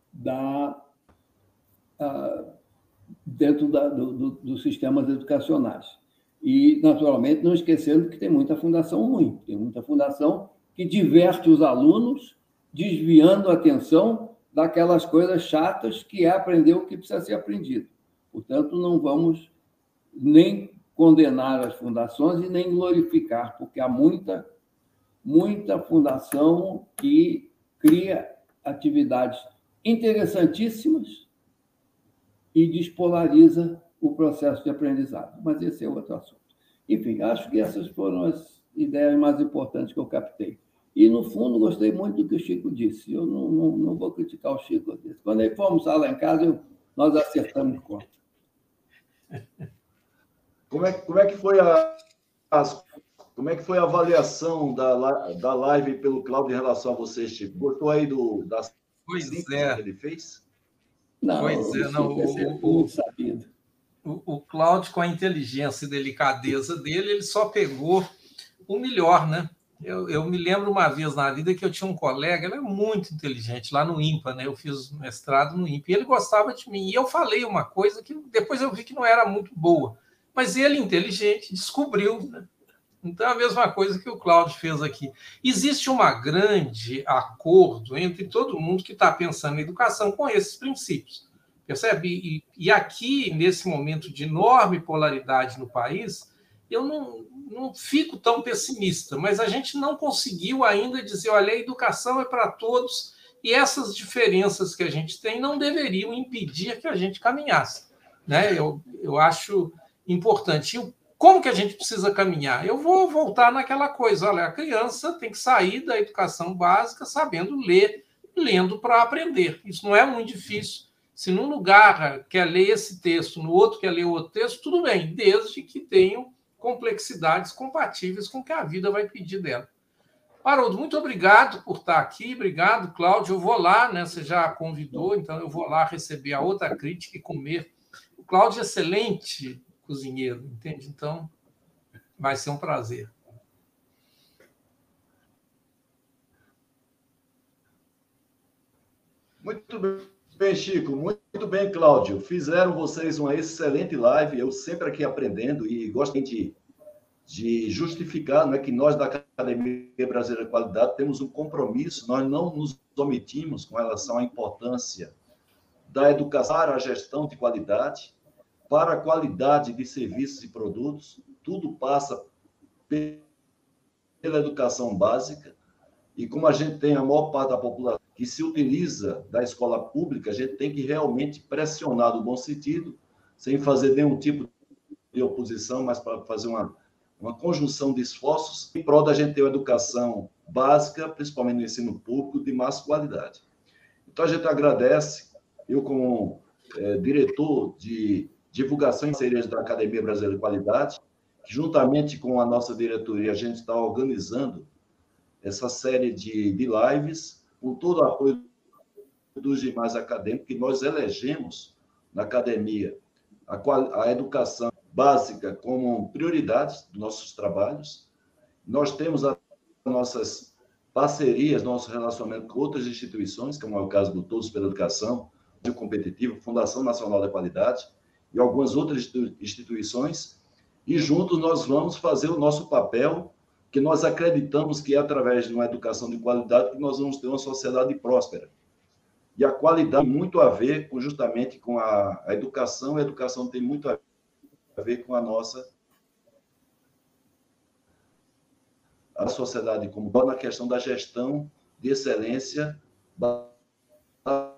dentro dos sistemas educacionais. E, naturalmente, não esquecendo que tem muita fundação ruim, tem muita fundação que diverte os alunos, desviando a atenção daquelas coisas chatas que é aprender o que precisa ser aprendido. Portanto, não vamos nem condenar as fundações e nem glorificar, porque há muita fundação que cria atividades interessantíssimas e despolariza o processo de aprendizado. Mas esse é outro assunto. Enfim, acho que essas foram as ideias mais importantes que eu captei. E, no fundo, gostei muito do que o Chico disse. Eu não vou criticar o Chico. Quando ele for almoçar lá em casa, nós acertamos conta. Como é que foi a avaliação da live pelo Cláudio em relação a vocês, Chico? Gostou aí das síntese que ele fez? Não, o Cláudio, com a inteligência e delicadeza dele, ele só pegou o melhor, né? Eu me lembro uma vez na vida que eu tinha um colega, ele é muito inteligente, lá no IMPA, né? Eu fiz mestrado no IMPA, e ele gostava de mim. E eu falei uma coisa que depois eu vi que não era muito boa, mas ele, inteligente, descobriu, né? Então, a mesma coisa que o Cláudio fez aqui. Existe um grande acordo entre todo mundo que está pensando em educação com esses princípios, percebe? E aqui, nesse momento de enorme polaridade no país, eu não fico tão pessimista, mas a gente não conseguiu ainda dizer, olha, a educação é para todos e essas diferenças que a gente tem não deveriam impedir que a gente caminhasse, né? Eu acho importante. E como que a gente precisa caminhar? Eu vou voltar naquela coisa, olha, a criança tem que sair da educação básica sabendo ler, lendo para aprender. Isso não é muito difícil. Se num lugar quer ler esse texto, no outro quer ler outro texto, tudo bem, desde que tenham complexidades compatíveis com o que a vida vai pedir dela. Haroldo, muito obrigado por estar aqui, obrigado, Cláudio. Eu vou lá, né? Você já convidou, então eu vou lá receber a outra crítica e comer. O Cláudio é excelente cozinheiro, entende? Então, vai ser um prazer. Muito bem, Chico. Muito bem, Cláudio. Fizeram vocês uma excelente live. Eu sempre aqui aprendendo e gosto de justificar, não é, que nós da Academia Brasileira de Qualidade temos um compromisso, nós não nos omitimos com relação à importância da educação para a gestão de qualidade, para a qualidade de serviços e produtos. Tudo passa pela educação básica, e como a gente tem a maior parte da população que se utiliza da escola pública, a gente tem que realmente pressionar no bom sentido, sem fazer nenhum tipo de oposição, mas para fazer uma conjunção de esforços em prol da gente ter uma educação básica, principalmente no ensino público, de mais qualidade. Então, a gente agradece, eu como diretor de divulgação e parcerias da Academia Brasileira de Qualidade, que juntamente com a nossa diretoria, a gente está organizando essa série de lives, com todo o apoio dos demais acadêmicos, que nós elegemos na academia a educação básica como prioridade dos nossos trabalhos. Nós temos as nossas parcerias, nosso relacionamento com outras instituições, como é o caso do Todos pela Educação, o Competitivo, Fundação Nacional da Qualidade e algumas outras instituições, e juntos nós vamos fazer o nosso papel, que nós acreditamos que é através de uma educação de qualidade que nós vamos ter uma sociedade próspera. E a qualidade tem muito a ver justamente com a educação, a educação tem muito a ver com a sociedade como na questão da gestão de excelência baseada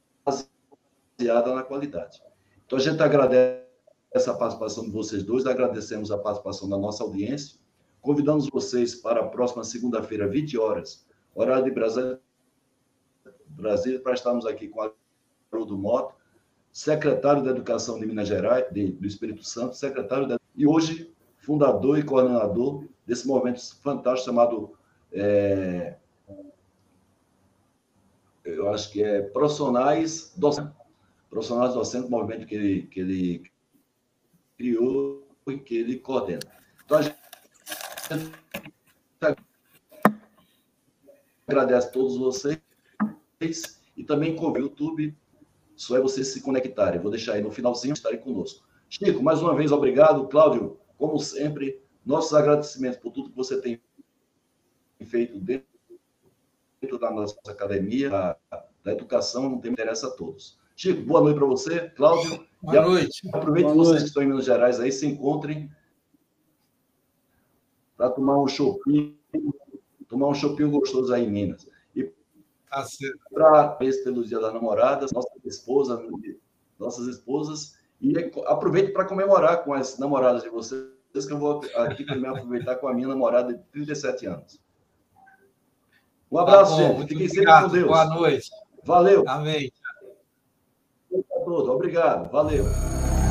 na qualidade. Então, a gente agradece a participação de vocês dois, agradecemos a participação da nossa audiência, convidamos vocês para a próxima segunda-feira, 20 horas, horário de Brasília, para estarmos aqui com Haroldo Mota, secretário da Educação de Minas Gerais, do Espírito Santo, e hoje fundador e coordenador desse movimento fantástico chamado, eu acho que é Profissionais Docentes, movimento que ele criou e que ele coordena. Então, a gente agradece a todos vocês e também convido o YouTube, só é vocês se conectarem. Vou deixar aí no finalzinho, estarem conosco. Chico, mais uma vez, obrigado. Cláudio, como sempre, nossos agradecimentos por tudo que você tem feito dentro da nossa academia, da educação, não tem interesse a todos. Chico, boa noite para você. Cláudio, boa noite. Aproveite que vocês que estão em Minas Gerais aí, se encontrem para tomar um choppinho gostoso aí em Minas. E para esse pelo Dia das Namoradas, nossas esposas, e aproveite para comemorar com as namoradas de vocês, que eu vou aqui primeiro aproveitar com a minha namorada de 37 anos. Um abraço, gente. Fiquem sempre com Deus. Boa noite. Valeu. Amém. Obrigado. Valeu.